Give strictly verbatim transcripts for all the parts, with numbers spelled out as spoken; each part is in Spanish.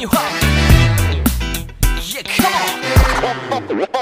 you home. Yeah, come on.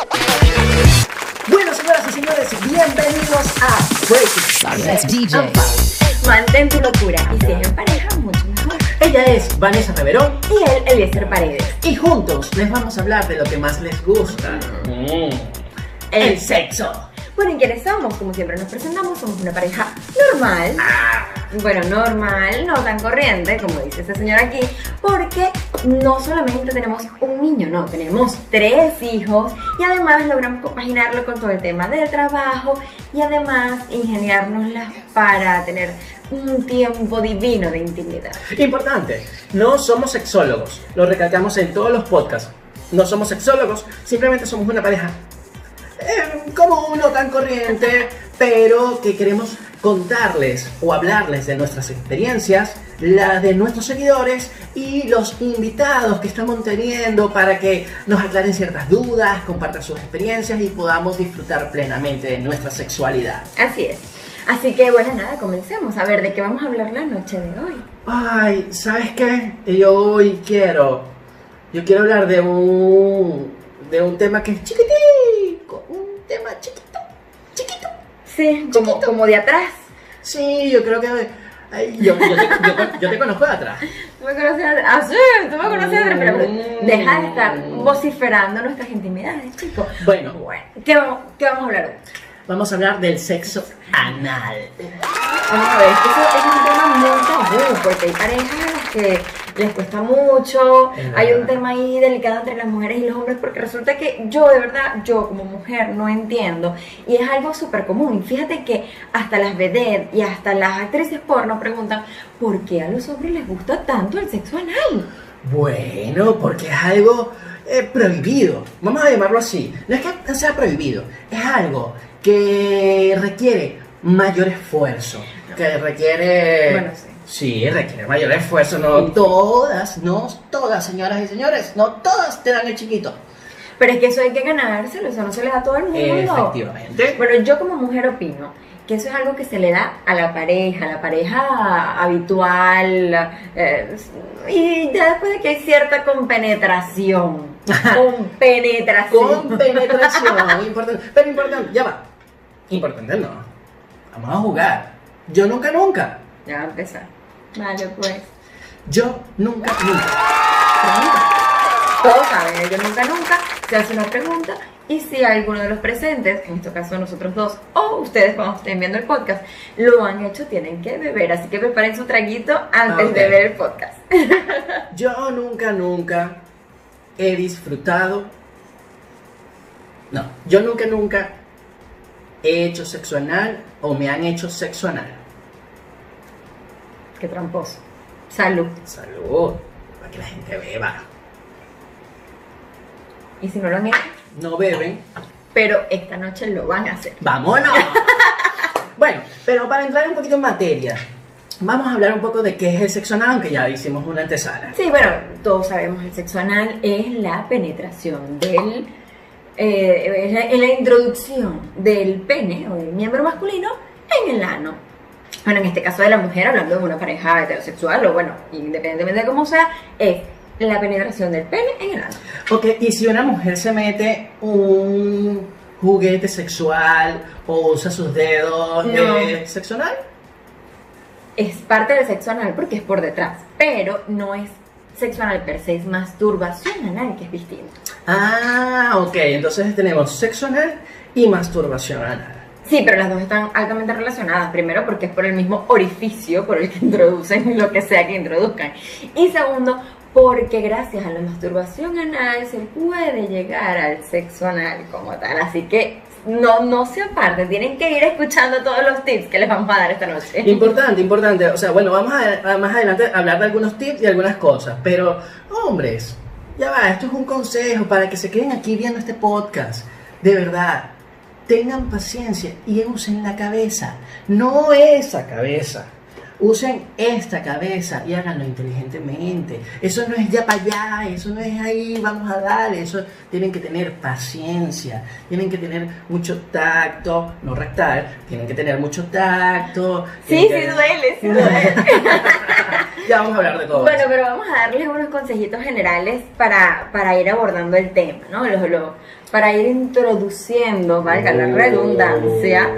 Bueno, señoras y señores, bienvenidos a Breaking That's D J. Mantén tu locura y si es en pareja, mucho mejor. Ella es Vanessa Reverón Y él, Eliezer Paredes. y juntos les vamos a hablar de lo que más les gusta. Mm. El sexo. Bueno, ¿y quiénes somos? Como siempre nos presentamos, somos una pareja normal. Bueno, normal, no tan corriente, como dice este señor aquí, porque no solamente tenemos un niño, no, tenemos tres hijos y además logramos compaginarlo con todo el tema del trabajo y además ingeniárnoslas para tener un tiempo divino de intimidad. Importante, no somos sexólogos, lo recalcamos en todos los podcasts. No somos sexólogos, simplemente somos una pareja eh, como uno tan corriente, pero que queremos contarles o hablarles de nuestras experiencias, las de nuestros seguidores y los invitados que estamos teniendo para que nos aclaren ciertas dudas, compartan sus experiencias y podamos disfrutar plenamente de nuestra sexualidad. Así es. Así que bueno, nada, comencemos. A ver, ¿de qué vamos a hablar la noche de hoy? Ay, ¿sabes qué? Yo hoy quiero, yo quiero hablar de un, de un tema que es chiquitico, un tema chiquito, chiquito. Sí, como, como de atrás. Sí, yo creo que, ay, yo, yo, te, yo, yo te conozco de atrás. Tú me conoces de atrás. Ah, sí, tú me conoces de atrás, pero Mm. deja de estar vociferando nuestras intimidades, chicos. Bueno, Bueno, ¿qué vamos, qué vamos a hablar hoy? vamos a hablar del sexo anal. Vamos a ver, es que eso es un tema muy tabú, porque hay parejas a las que les cuesta mucho, Es hay un verdad. tema ahí delicado entre las mujeres y los hombres, porque resulta que yo, de verdad, yo como mujer no entiendo, y es algo súper común. Fíjate que hasta las vedettes y hasta las actrices porno preguntan, ¿por qué a los hombres les gusta tanto el sexo anal? Bueno, porque es algo eh, prohibido, vamos a llamarlo así. No es que sea prohibido, es algo que requiere mayor esfuerzo, que requiere... Bueno, sí. Sí, requiere mayor esfuerzo, no todas, no todas, señoras y señores, no todas te dan el chiquito. Pero es que eso hay que ganárselo, eso no se le da a todo el mundo. Efectivamente. Bueno, yo como mujer opino que eso es algo que se le da a la pareja, a la pareja habitual, eh, y ya después de que hay cierta compenetración, compenetración. Con penetración, importante, pero importante, ya va, importante no, vamos a jugar, yo nunca nunca, Ya va a empezar. Vale, pues. yo nunca nunca. Pregunta. Todos saben, yo nunca nunca, se hace una pregunta y si alguno de los presentes, en este caso nosotros dos, o ustedes cuando estén viendo el podcast, lo han hecho, tienen que beber, así que preparen su traguito antes Ok. de ver el podcast. Yo nunca, nunca he disfrutado. No, yo nunca, nunca he hecho sexo anal o me han hecho sexo anal. Qué tramposo. Salud. Salud, para que la gente beba. Y si no lo han hecho, No beben. pero esta noche lo van a hacer. ¡Vámonos! Bueno, pero para entrar un poquito en materia, vamos a hablar un poco de qué es el sexo anal, aunque ya hicimos una antesala. Sí, bueno, todos sabemos, el sexo anal es la penetración del... Eh, es la, es la introducción del pene o del miembro masculino en el ano. Bueno, en este caso de la mujer, hablando de una pareja heterosexual, o bueno, independientemente de cómo sea, es la penetración del pene en el ano. Ok, y si una mujer se mete un juguete sexual o usa sus dedos, No. ¿es sexo anal? Es parte del sexo anal porque es por detrás, pero no es sexo anal per se, es masturbación anal, que es distinto. Ah, ok, entonces tenemos sexo anal y masturbación anal. Sí, pero las dos están altamente relacionadas. Primero, porque es por el mismo orificio por el que introducen lo que sea que introduzcan. Y segundo, porque gracias a la masturbación anal se puede llegar al sexo anal como tal. Así que no, no se aparten, tienen que ir escuchando todos los tips que les vamos a dar esta noche. Importante, importante. O sea, bueno, vamos a, a más adelante a hablar de algunos tips y algunas cosas. Pero, hombres, ya va, esto es un consejo para que se queden aquí viendo este podcast. De verdad, tengan paciencia y usen la cabeza. No esa cabeza. Usen esta cabeza y háganlo inteligentemente. Eso no es ya para allá, eso no es ahí, vamos a darle. Eso tienen que tener paciencia, tienen que tener mucho tacto, no rectal, tienen que tener mucho tacto. Sí, tienen sí que- duele, sí duele. Ya vamos a hablar de todo. Bueno, eso. pero vamos a darles unos consejitos generales para, para ir abordando el tema, ¿no? Los, los- para ir introduciendo, valga la redundancia,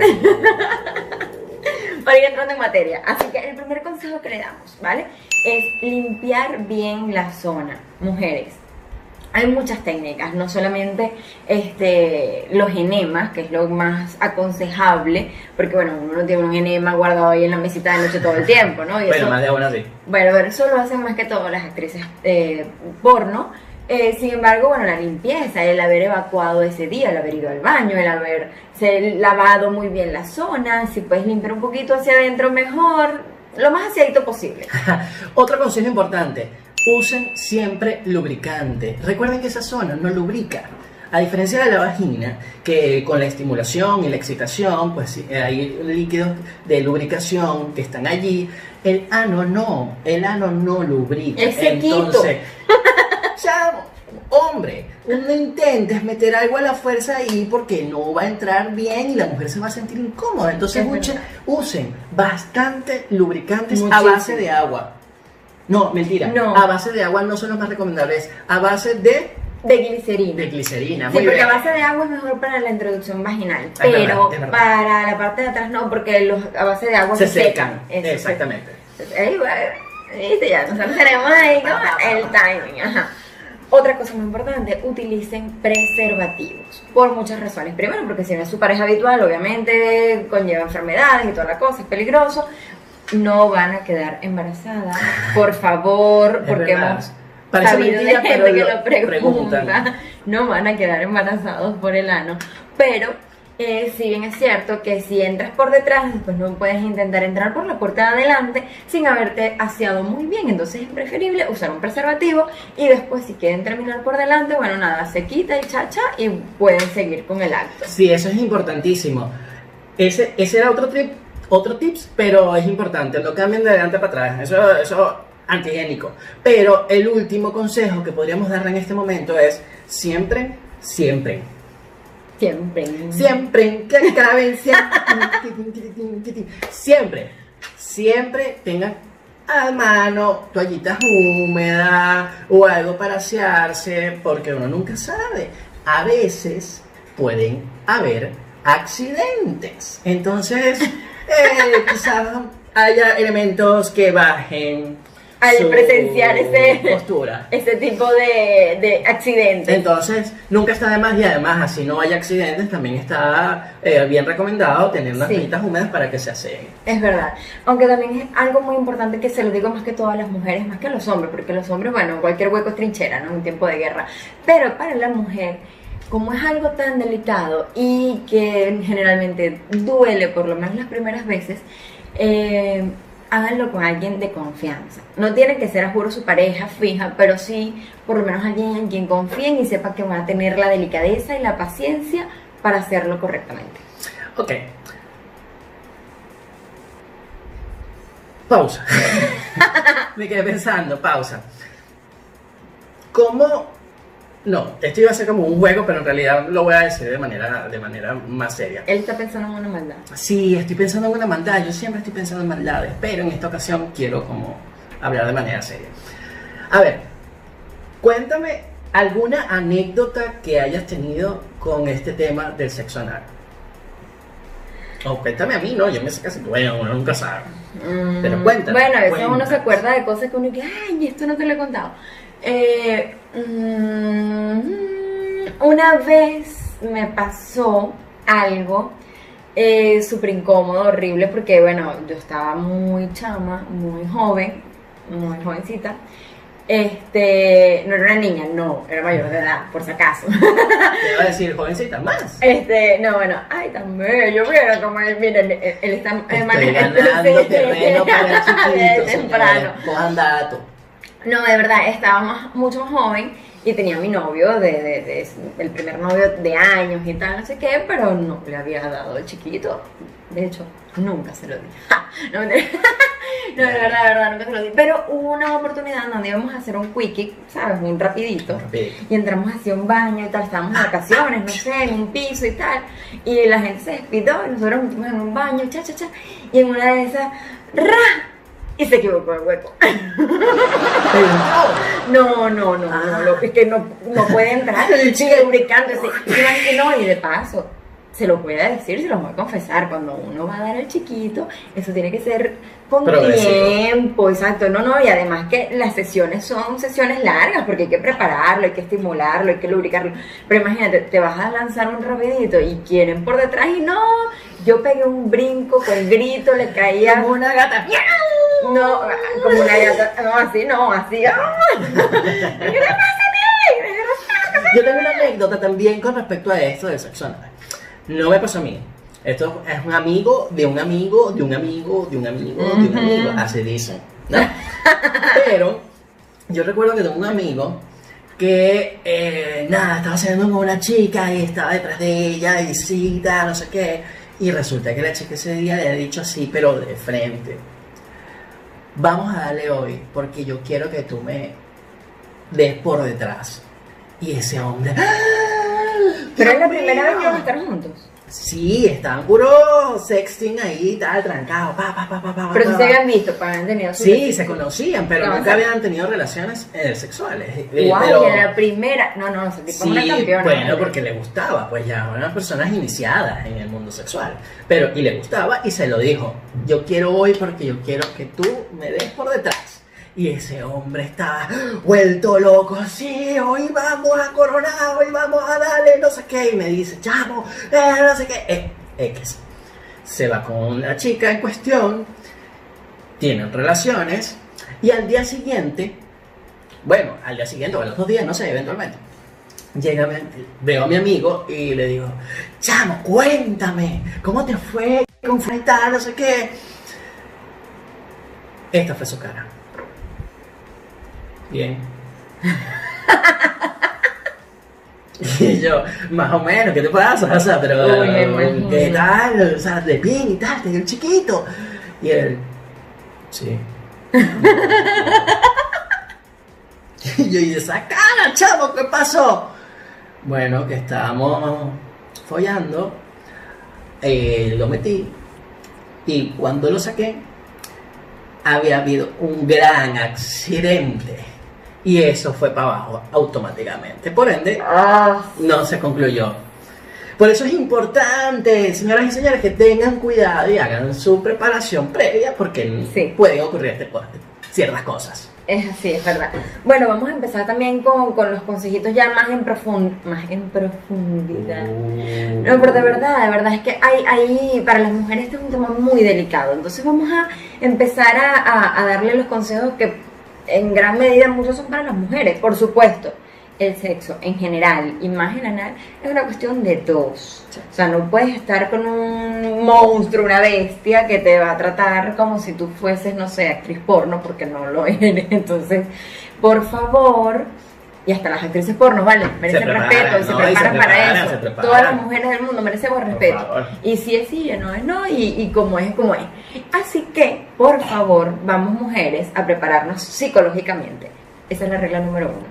para ir entrando en materia. Así que el primer consejo que le damos, ¿vale? Es limpiar bien la zona. Mujeres, hay muchas técnicas, no solamente este, los enemas, que es lo más aconsejable, porque bueno, uno tiene un enema guardado ahí en la mesita de noche todo el tiempo, ¿no? Y Bueno, eso- más de una sí. bueno, pero eso lo hacen más que todo las actrices eh, porno. Eh, sin embargo, bueno, la limpieza, el haber evacuado ese día, el haber ido al baño, el haberse lavado muy bien la zona, si puedes limpiar un poquito hacia adentro mejor, lo más aseadito posible. Otro consejo importante, usen siempre lubricante. Recuerden que esa zona no lubrica. A diferencia de la vagina, que con la estimulación y la excitación, pues sí, hay líquidos de lubricación que están allí. El ano no, el ano no lubrica. Es sequito. Entonces, ya, hombre, no intentes meter algo a la fuerza ahí porque no va a entrar bien y la mujer se va a sentir incómoda. Entonces, Es usen, verdad. usen bastante lubricantes a Muchísimo. base de agua. No, mentira. No. A base de agua no son los más recomendables. A base de, De glicerina. de glicerina. Sí, Muy porque bien. a base de agua es mejor para la introducción vaginal, Es pero verdad, es verdad. para la parte de atrás no, porque los a base de agua Se se, secan. Eso, Exactamente. pues, ahí va, viste, ya nosotros tenemos ahí como el timing, ajá. Otra cosa muy importante, utilicen preservativos por muchas razones. Primero, porque si no es su pareja habitual, obviamente conlleva enfermedades y toda la cosa, es peligroso. No van a quedar embarazadas, por favor, Es porque verdad. hemos Parece sabido mentira, de gente pero que lo lo pregunta. preguntan. No van a quedar embarazados por el ano. Pero, eh, si bien es cierto que si entras por detrás, después no puedes intentar entrar por la puerta de adelante sin haberte aseado muy bien. Entonces es preferible usar un preservativo y después si quieren terminar por delante, bueno, nada, se quita y chacha y pueden seguir con el acto. Sí, eso es importantísimo. Ese, ese era otro tip, otro tips, pero es importante. No cambien de adelante para atrás. Eso, eso antihigiénico. Pero el último consejo que podríamos darle en este momento es siempre, siempre. Siempre. Siempre, que acaben siempre, siempre, siempre tengan a mano toallitas húmedas o algo para asearse, porque uno nunca sabe. A veces pueden haber accidentes. Entonces, eh, quizás haya elementos que bajen Al su presenciar ese- postura. Ese tipo de, de accidentes. Entonces, nunca está de más y además, así no hay accidentes, también está eh, bien recomendado tener unas Sí. toallitas húmedas para que se aseen. Es verdad, aunque también es algo muy importante que se lo digo más que todo a las mujeres, más que a los hombres, porque los hombres, bueno, cualquier hueco es trinchera, ¿no? En tiempo de guerra. Pero para la mujer, como es algo tan delicado y que generalmente duele por lo menos las primeras veces, eh, háganlo con alguien de confianza. No tiene que ser, a juro, su pareja fija, pero sí por lo menos alguien en quien confíen y sepa que van a tener la delicadeza y la paciencia para hacerlo correctamente. Ok. Pausa. Me quedé pensando, pausa. ¿Cómo? No, esto iba a ser como un juego, pero en realidad lo voy a decir de manera, de manera más seria. Él está pensando en una maldad. Sí, estoy pensando en una maldad, yo siempre estoy pensando en maldades, pero en esta ocasión quiero como hablar de manera seria. A ver, cuéntame alguna anécdota que hayas tenido con este tema del sexo anal. O cuéntame a mí, ¿no? Yo me sé casi, bueno, uno nunca sabe. Mm, Pero cuéntame, Bueno, a veces uno cuéntame. se acuerda de cosas que uno dice, ay, esto no te lo he contado. Eh, mm, una vez me pasó algo eh, súper incómodo, horrible, porque bueno, yo estaba muy chama, muy joven, muy jovencita. Este, no era una niña, no, era mayor de edad, por si acaso. Te iba a decir, jovencita, más. Este, no, bueno, ay, tan bello, mira como él, miren, él, él está eh, Estoy manejando ganando sí, terreno para el de chiquito, temprano. señores. Cojan datos. No, de verdad, estaba más- mucho más joven Y tenía mi novio, de, de, de- el primer novio de años y tal, no sé qué, pero no le había dado el chiquito. De hecho, nunca se lo di. Ja, no, mentira. No, de verdad, de verdad, nunca se lo di. Pero hubo una oportunidad donde íbamos a hacer un quickie, ¿sabes? Un rapidito. Rapidito. Y entramos hacia un baño y tal, estábamos de vacaciones, no sé, en un piso y tal. Y la gente se despidió y nosotros nos metimos en un baño, cha, cha, cha. Y en una de esas, ¡ra! Y se equivocó el hueco. No, no, no, no, lo- es que no, no puede entrar. Sigue lubricándose. Y van que no, y de paso, se lo voy a decir, se lo voy a confesar, cuando uno va a dar el chiquito, eso tiene que ser con Progresivo. tiempo, exacto, no, no, y además que las sesiones son sesiones largas, porque hay que prepararlo, hay que estimularlo, hay que lubricarlo, pero imagínate, te vas a lanzar un rapidito y quieren por detrás y no, yo pegué un brinco con grito, le caía Como una gata. no, como una gata, no, así, no, así, ¡ah! ¿Qué te pasa a mí? Yo tengo una anécdota también con respecto a esto del sexo anal. No me pasó a mí. Esto es un amigo de un amigo, de un amigo, de un amigo, de un amigo. Así dicen, ¿no? Pero yo recuerdo que tengo un amigo que, eh, nada, estaba saliendo con una chica y estaba detrás de ella y sí, tal, no sé qué. Y resulta que la chica ese día le había dicho así, pero de frente: vamos a darle hoy porque yo quiero que tú me des por detrás. Y ese hombre... ¡ah! Pero es la Dios primera vez que mío. van a estar juntos. Sí, estaban puro sexting ahí, tal, trancado, pa, pa, pa, pa, pa, Pero pa, si pa. se habían visto, pues habían tenido su Sí, besito. se conocían, pero No, nunca o sea- habían tenido relaciones eh, sexuales. Eh, Guau, pero- y la primera. No, no, ese tipo es Sí, una campeona. bueno, porque le gustaba, pues ya, unas personas iniciadas en el mundo sexual. Pero, y le gustaba y se lo dijo: yo quiero hoy porque yo quiero que tú me des por detrás. Y ese hombre está vuelto loco, sí, hoy vamos a coronar, hoy vamos a darle no sé qué. Y me dice: chamo, eh, no sé qué. Eh, X. Se va con la chica en cuestión, tienen relaciones, y al día siguiente, bueno, al día siguiente o a los dos días, no sé, eventualmente, llega, mi- veo a mi amigo y le digo: chamo, cuéntame, ¿cómo te fue con tal, no sé qué? Esta fue su cara. Bien. Y yo, más o menos, ¿qué te pasa? O sea, pero, Uy, me imagino. ¿qué tal? O sea, de bien y tal, te dio un chiquito. Y él, sí. Y yo, y esa cara, chavo, ¿qué pasó? Bueno, que estábamos follando, eh, lo metí, y cuando lo saqué, había habido un gran accidente. Y eso fue para abajo automáticamente. Por ende, Ah, no se concluyó. Por eso es importante, señoras y señores, que tengan cuidado y hagan su preparación previa, porque Sí. pueden ocurrir este- ciertas cosas. es así, es verdad. Bueno, vamos a empezar también con, con los consejitos ya más en, profund más en profundidad. No, pero de verdad, de verdad es que hay, hay, para las mujeres este es un tema muy delicado. Entonces vamos a empezar a, a, a darle los consejos que en gran medida muchos son para las mujeres. Por supuesto, el sexo en general y más el anal es una cuestión de dos. O sea, no puedes estar con un monstruo, una bestia que te va a tratar como si tú fueses, no sé, actriz porno, porque no lo eres. Entonces, por favor... Y hasta las actrices porno, vale, merecen preparan, respeto, se ¿no? preparan, Y se para preparan, eso. se preparan. Todas las mujeres del mundo merecemos respeto. favor. Y si es sí, no es no, y, y como es, como es. Así que, por favor, vamos mujeres a prepararnos psicológicamente. Esa es la regla número uno.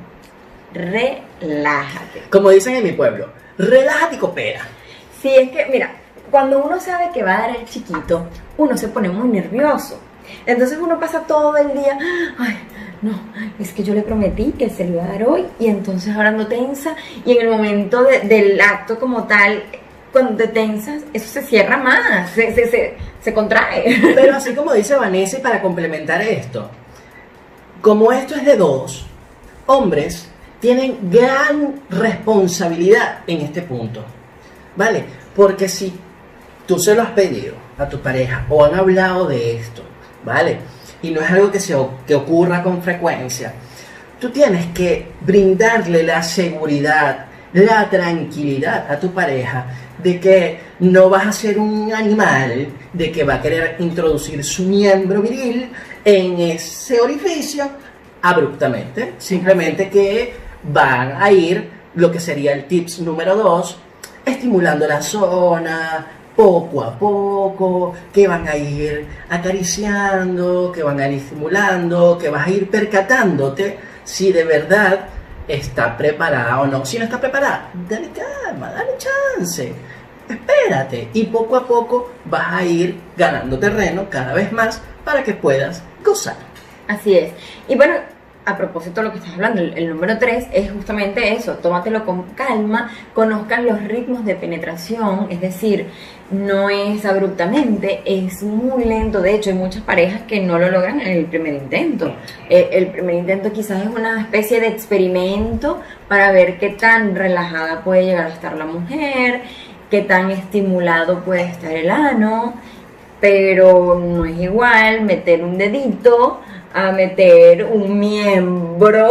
Relájate. Como dicen en mi pueblo, relájate y coopera. Si es que, mira, cuando uno sabe que va a dar el chiquito, uno se pone muy nervioso. Entonces uno pasa todo el día, ay, no, es que yo le prometí que se lo iba a dar hoy y entonces ahora no tensa y en el momento de- del acto como tal, cuando te tensas, eso se cierra más, se, se, se, se contrae. Pero así como dice Vanessa, y para complementar esto, como esto es de dos, hombres tienen gran responsabilidad en este punto, ¿vale? Porque si tú se lo has pedido a tu pareja o han hablado de esto, ¿vale? Y no es algo que, se, que ocurra con frecuencia, tú tienes que brindarle la seguridad, la tranquilidad a tu pareja de que no vas a ser un animal, de que va a querer introducir su miembro viril en ese orificio abruptamente, simplemente que van a ir, lo que sería el tips número dos, estimulando la zona, poco a poco, que van a ir acariciando, que van a ir estimulando, que vas a ir percatándote si de verdad está preparada o no. Si no está preparada, dale calma, dale chance, espérate, y poco a poco vas a ir ganando terreno cada vez más para que puedas gozar. Así es. Y bueno, a propósito de lo que estás hablando, el, el número tres es justamente eso, tómatelo con calma, conozcan los ritmos de penetración, es decir, no es abruptamente, es muy lento. De hecho, hay muchas parejas que no lo logran en el primer intento. Eh, el primer intento quizás es una especie de experimento para ver qué tan relajada puede llegar a estar la mujer, qué tan estimulado puede estar el ano, pero no es igual meter un dedito a meter un miembro.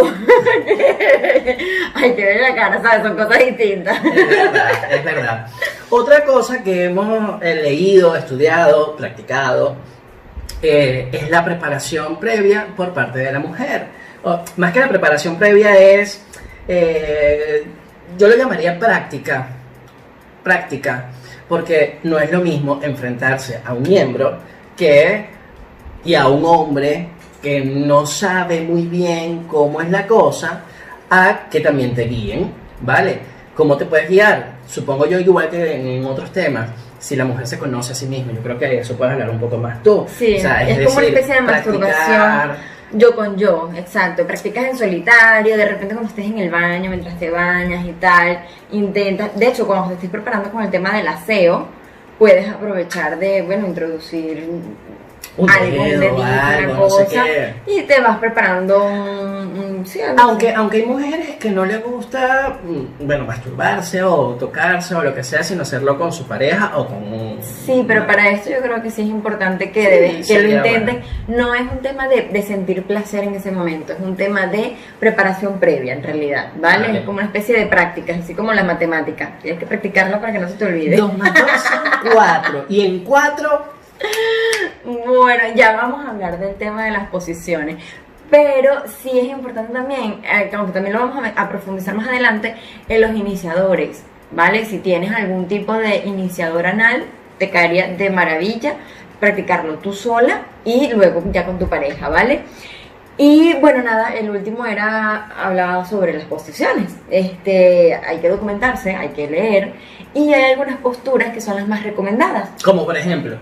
Hay que ver la cara, ¿sabes? Son cosas distintas. Es verdad, es verdad. Otra cosa que hemos eh, leído, estudiado, practicado, eh, es la preparación previa por parte de la mujer. O, más que la preparación previa es, eh, yo lo llamaría práctica, práctica, porque no es lo mismo enfrentarse a un miembro que y a un hombre que no sabe muy bien cómo es la cosa, a que también te guíen, ¿vale? ¿Cómo te puedes guiar? Supongo yo, igual que en otros temas, si la mujer se conoce a sí misma, yo creo que de eso puedes hablar un poco más tú. Sí, o sea, es, es como una decir, especie de practicar. masturbación yo con yo, exacto. Practicas en solitario, de repente cuando estés en el baño, mientras te bañas y tal, intentas, de hecho cuando te estés preparando con el tema del aseo, puedes aprovechar de, bueno, introducir Un algo, un dedo, dedito, algo, una no sé cosa, qué. y te vas preparando un, un- sí, algo Aunque, así. aunque hay mujeres que no les gusta, mm, bueno, masturbarse o tocarse o lo que sea, sino hacerlo con su pareja o con un... Sí, pero para esto yo creo que sí es importante que, Sí, debe- que sería lo intenten. No es un tema de, de sentir placer en ese momento, es un tema de preparación previa en realidad, ¿vale? Vale. Es como una especie de práctica, así como la matemática. Tienes que practicarla para que no se te olvide. Dos más dos son cuatro. Y en cuatro... Bueno, ya vamos a hablar del tema de las posiciones. Pero sí es importante también, eh, aunque también lo vamos a, a profundizar más adelante, en los iniciadores, ¿vale? Si tienes algún tipo de iniciador anal, te caería de maravilla practicarlo tú sola y luego ya con tu pareja, ¿vale? Y bueno, nada, el último era, hablaba sobre las posiciones. Este, hay que documentarse, hay que leer, y hay algunas posturas que son las más recomendadas. Como por ejemplo...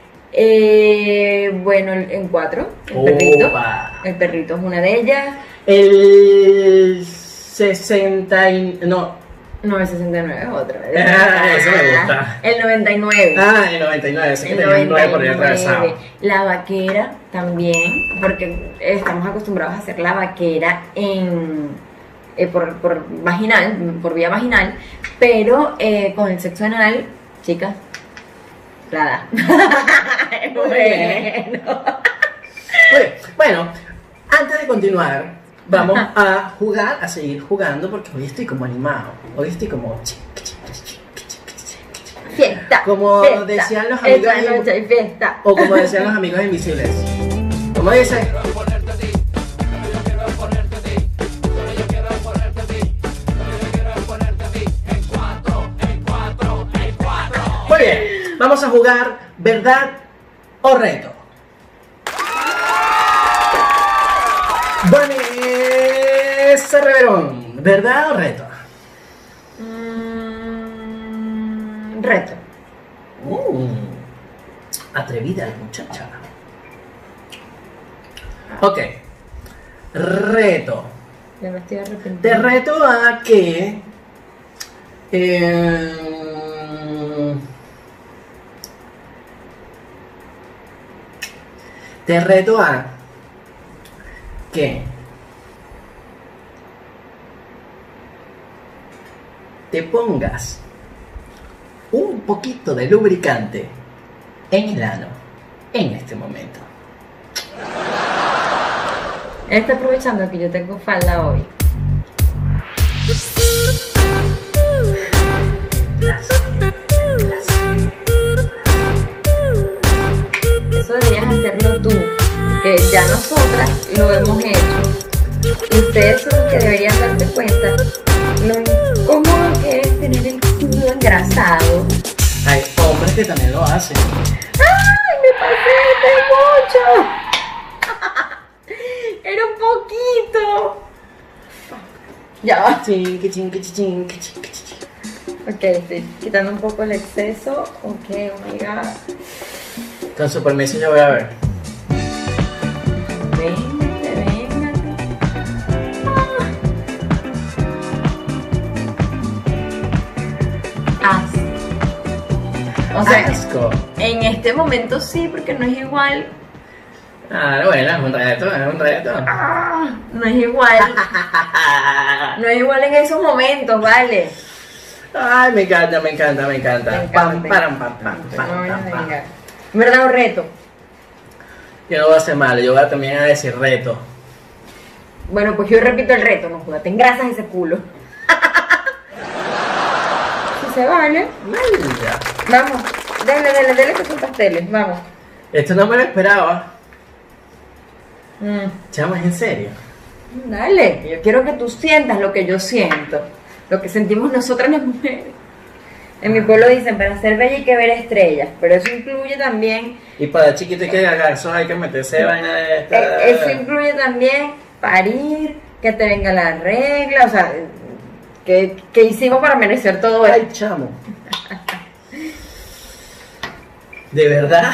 Eh, bueno, el- en cuatro, el perrito. Opa. El perrito es una de ellas. El sesenta y... No. No, el sesenta y nueve es otra. Ah, eso me gusta. El noventa y nueve. Ah, el noventa y nueve. Sé que El tenía un nueve por ahí noventa y nueve. atravesado. La vaquera también, porque estamos acostumbrados a hacer la vaquera en eh, por, por vaginal, por vía vaginal, pero eh, con el sexo anal, chicas, la da. Muy bien. Muy bien. Bueno, antes de continuar, vamos a jugar, a seguir jugando, porque hoy estoy como animado. Hoy estoy como... chic, chic, chic, chic, chic, chic. Fiesta. Como fiesta, decían los amigos esta de- noche hay fiesta. O como decían los amigos invisibles. ¿Cómo dice? Muy bien, vamos a jugar verdad o reto. Vanessa Reverón, ¿verdad o reto? Mm, reto. Mm, atrevida la muchacha. Ok, reto. Ya me estoy arrepintiendo. Te reto a que eh, te reto a que te pongas un poquito de lubricante en el ano en este momento. Está aprovechando que yo tengo falda hoy. Eso deberías hacerlo tú, que ya nosotras lo hemos hecho. Ustedes son los que deberían darse cuenta lo incómodo que es tener el culo engrasado. Hay hombres que también lo hacen. ¡Ay, me pasé de mucho! Era un poquito. Ya va. Chinqui, chinqui, chinqui, chinqui, chinqui. Ok, estoy quitando un poco el exceso. Ok, oh my god. Con su permiso yo voy a ver. Véngate, véngate. Ah. Asco. O sea, Asco. en este momento sí, porque no es igual. Ah, bueno, es un reto, es un reto. Ah, no es igual. No es igual en esos momentos, vale. Ay, me encanta, me encanta, me encanta. Me Pam, encanta. param, pam, pam, pam, No, pam, pam. venga. En verdad, un reto. Yo no voy a hacer malo, yo voy a también a decir reto. Bueno, pues yo repito el reto, no jodas, te engrasas ese culo. Si se vale. Mira. Vamos, dale, dale, dale que son pasteles, vamos. Esto no me lo esperaba. Mm, Chamo, ¿es en serio? dale, yo quiero que tú sientas lo que yo siento, lo que sentimos nosotras las mujeres. En mi pueblo dicen, para ser bella hay que ver estrellas, pero eso incluye también, Y para chiquito hay que agarrar, hay que meterse vaina de esta. eh, eso incluye también parir, que te venga la regla, o sea, que, que hicimos para merecer todo Ay, esto. chamo. ¿De verdad?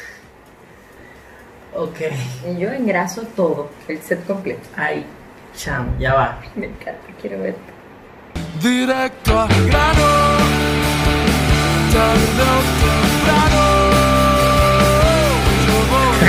Ok. Y yo engraso todo, el set completo. Ay, chamo, ya va. Me encanta, quiero ver. Directo al grano, tarde o temprano. Yo voy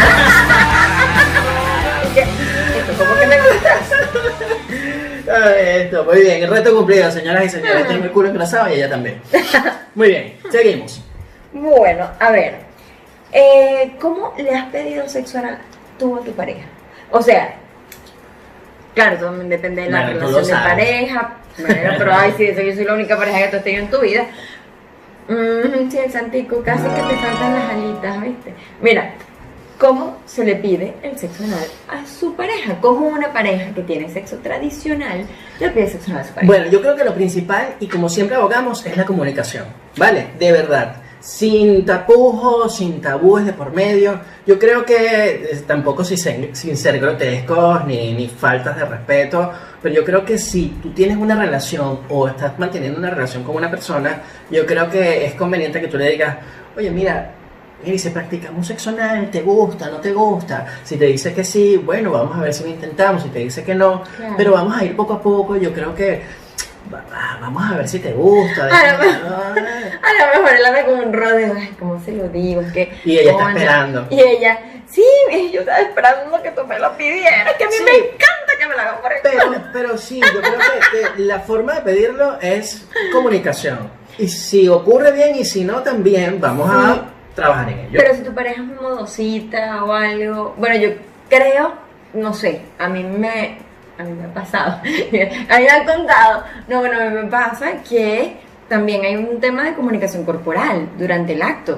¿Qué? Esto, ¿cómo que me gusta? Ay, esto, muy bien, el reto cumplido, señoras y señores. Tengo el culo engrasado y ella también. Muy bien, seguimos. Bueno, a ver, eh, ¿cómo le has pedido sexo oral tú a tu pareja? O sea, claro, todo depende de la Bueno, tú lo relación de sabes. pareja, bueno, pero ay, sí, eso yo soy la única pareja que tú has tenido en tu vida. Mm, sí, el santico, casi que te faltan las alitas, ¿viste? Mira, ¿cómo se le pide el sexo anal a su pareja? ¿Cómo una pareja que tiene sexo tradicional le pide sexo anal a su pareja? Bueno, yo creo que lo principal, y como siempre abogamos, es la comunicación, ¿vale? De verdad. Sin tapujos, sin tabúes de por medio. Yo creo que eh, tampoco sin ser, sin ser grotescos ni, ni faltas de respeto, pero yo creo que si tú tienes una relación o estás manteniendo una relación con una persona, yo creo que es conveniente que tú le digas, oye, mira, y si practicamos sexo anal, ¿te gusta? ¿No te gusta? Si te dice que sí, bueno, vamos a ver si lo intentamos. Si te dice que no, Claro. pero vamos a ir poco a poco. Yo creo que va- va- vamos a ver si te gusta. A lo mejor, a lo mejor él anda como un rodeo, ay, ¿cómo se lo digo? Es que, Y ella está coño. esperando. Y ella, sí, y yo estaba esperando que tú me lo pidieras, que a mí Sí. me encanta que me lo hagan por el Pero, culo. pero sí, yo creo que, que la forma de pedirlo es comunicación. Y si ocurre bien y si no también, vamos a trabajar en ello. Pero si tu pareja es muy modosita o algo, bueno, yo creo, no sé, a mí me, a mí me ha pasado, a mí me han contado, no, bueno, a mí me pasa que también hay un tema de comunicación corporal durante el acto.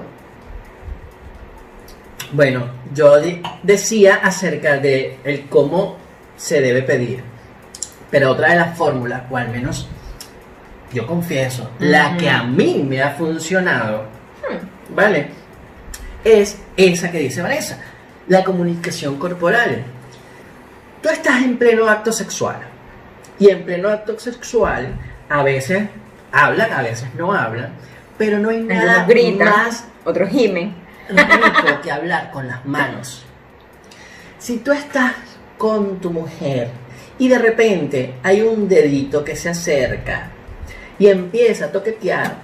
Bueno, yo de- decía acerca de el cómo se debe pedir, pero otra de las fórmulas, o al menos yo confieso, la Ujú. que a mí me ha funcionado, ¿vale? Es esa que dice Vanessa, la comunicación corporal. Tú estás en pleno acto sexual y en pleno acto sexual a veces hablan, a veces no hablan, pero no hay nada Algunos gritan, más otros gimen. rico que hablar con las manos. Si tú estás con tu mujer y de repente hay un dedito que se acerca y empieza a toquetear,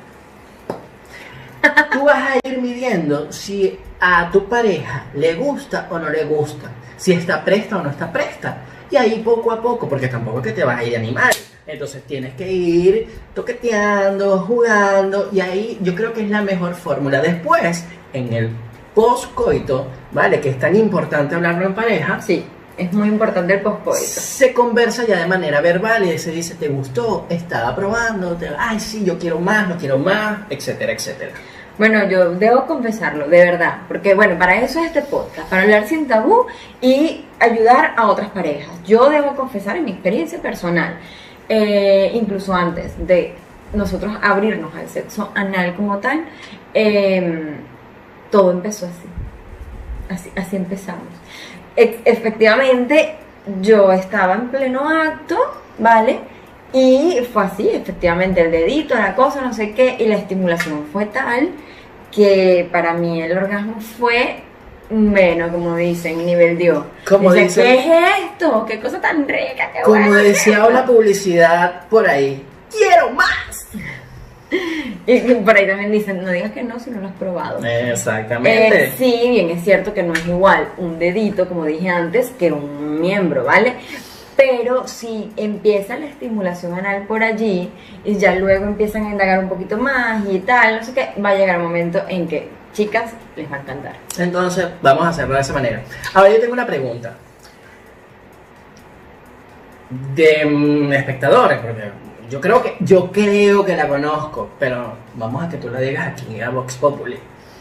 tú vas a ir midiendo si a tu pareja le gusta o no le gusta, si está presta o no está presta. Y ahí poco a poco, porque tampoco es que te vas a ir a animar. Entonces tienes que ir toqueteando, jugando, y ahí yo creo que es la mejor fórmula. Después, en el post-coito, ¿vale? Que es tan importante hablarlo en pareja, Sí, es muy importante el poscoito. se conversa ya de manera verbal y se dice, ¿te gustó? Estaba probando, te- ay, sí, yo quiero más, no quiero más, etcétera, etcétera. Bueno, yo debo confesarlo, de verdad, porque bueno, para eso es este podcast, para hablar sin tabú y ayudar a otras parejas. Yo debo confesar en mi experiencia personal, eh, incluso antes de nosotros abrirnos al sexo anal como tal, eh, todo empezó así, así, así empezamos. E- efectivamente, yo estaba en pleno acto, ¿vale? Y fue así, efectivamente, el dedito, la cosa, no sé qué, y la estimulación fue tal que para mí el orgasmo fue, bueno, como dicen, nivel Dios. Como Dice, dicen- ¿qué es esto? ¿Qué cosa tan rica? Qué Como buena. decía una publicidad por ahí, ¡quiero más! Y por ahí también dicen, no digas que no si no lo has probado. Exactamente. Eh, sí, bien, es cierto que no es igual un dedito, como dije antes, que un miembro, ¿vale? Pero si empieza la estimulación anal por allí y ya luego empiezan a indagar un poquito más y tal, no sé qué, va a llegar un momento en que, chicas, les va a encantar. Entonces, vamos a hacerlo de esa manera. Ahora yo tengo una pregunta. De mm, espectadores, porque yo creo que yo creo que la conozco, pero vamos a que tú la digas aquí a Vox Populi.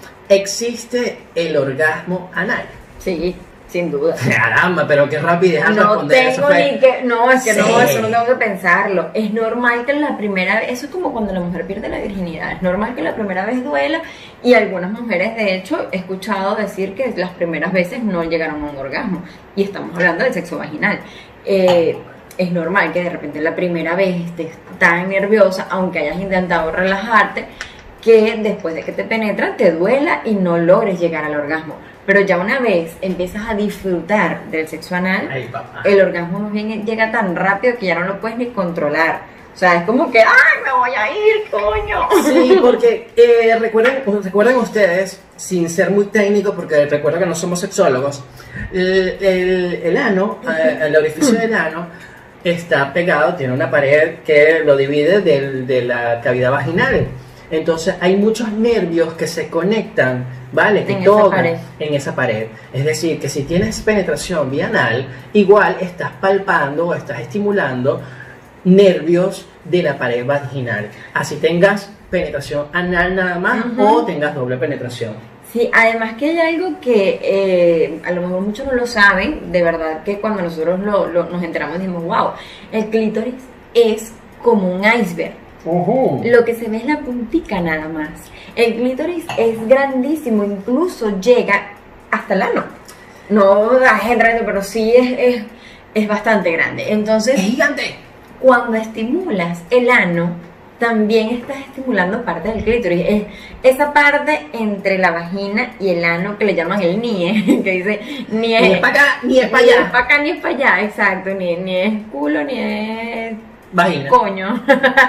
¿Existe el orgasmo anal? Sí, sin duda. Caramba, pero qué rapidez al No responder eso. tengo fue- ni que, no, es que no, Sí. eso no tengo que pensarlo. Es normal que la primera vez, eso es como cuando la mujer pierde la virginidad, es normal que la primera vez duela y algunas mujeres, de hecho, he escuchado decir que las primeras veces no llegaron a un orgasmo y estamos hablando del sexo vaginal. Eh, es normal que de repente la primera vez estés tan nerviosa, aunque hayas intentado relajarte, que después de que te penetran te duela y no logres llegar al orgasmo. Pero ya una vez empiezas a disfrutar del sexo anal, Ay, papá. el orgasmo más bien llega tan rápido que ya no lo puedes ni controlar. O sea, es como que, ¡ay, me voy a ir, coño! Sí, porque eh, recuerden, recuerden ustedes, sin ser muy técnicos, porque recuerdo que no somos sexólogos, el, el, el ano, eh, el orificio del ano está pegado, tiene una pared que lo divide del- de la cavidad vaginal. Entonces hay muchos nervios que se conectan, ¿vale? Que En esa tocan pared. en esa pared. Es decir, que si tienes penetración vía anal, igual estás palpando o estás estimulando nervios de la pared vaginal. Así tengas penetración anal nada más Ujú. o tengas doble penetración. Sí, además que hay algo que eh, a lo mejor muchos no lo saben, de verdad que cuando nosotros lo, lo- nos enteramos decimos, wow, el clítoris es como un iceberg. Lo que se ve es la puntica nada más. El clítoris es grandísimo, incluso llega hasta el ano. No a general, pero sí es, es, es bastante grande. ¡Es Entonces, gigante! cuando estimulas el ano, también estás estimulando parte del clítoris. Es esa parte entre la vagina y el ano que le llaman el nie, que dice Ni es para acá, ni es para Ni es allá. para acá ni es para allá, exacto. Ni, ni es culo, ni es Vagina. coño.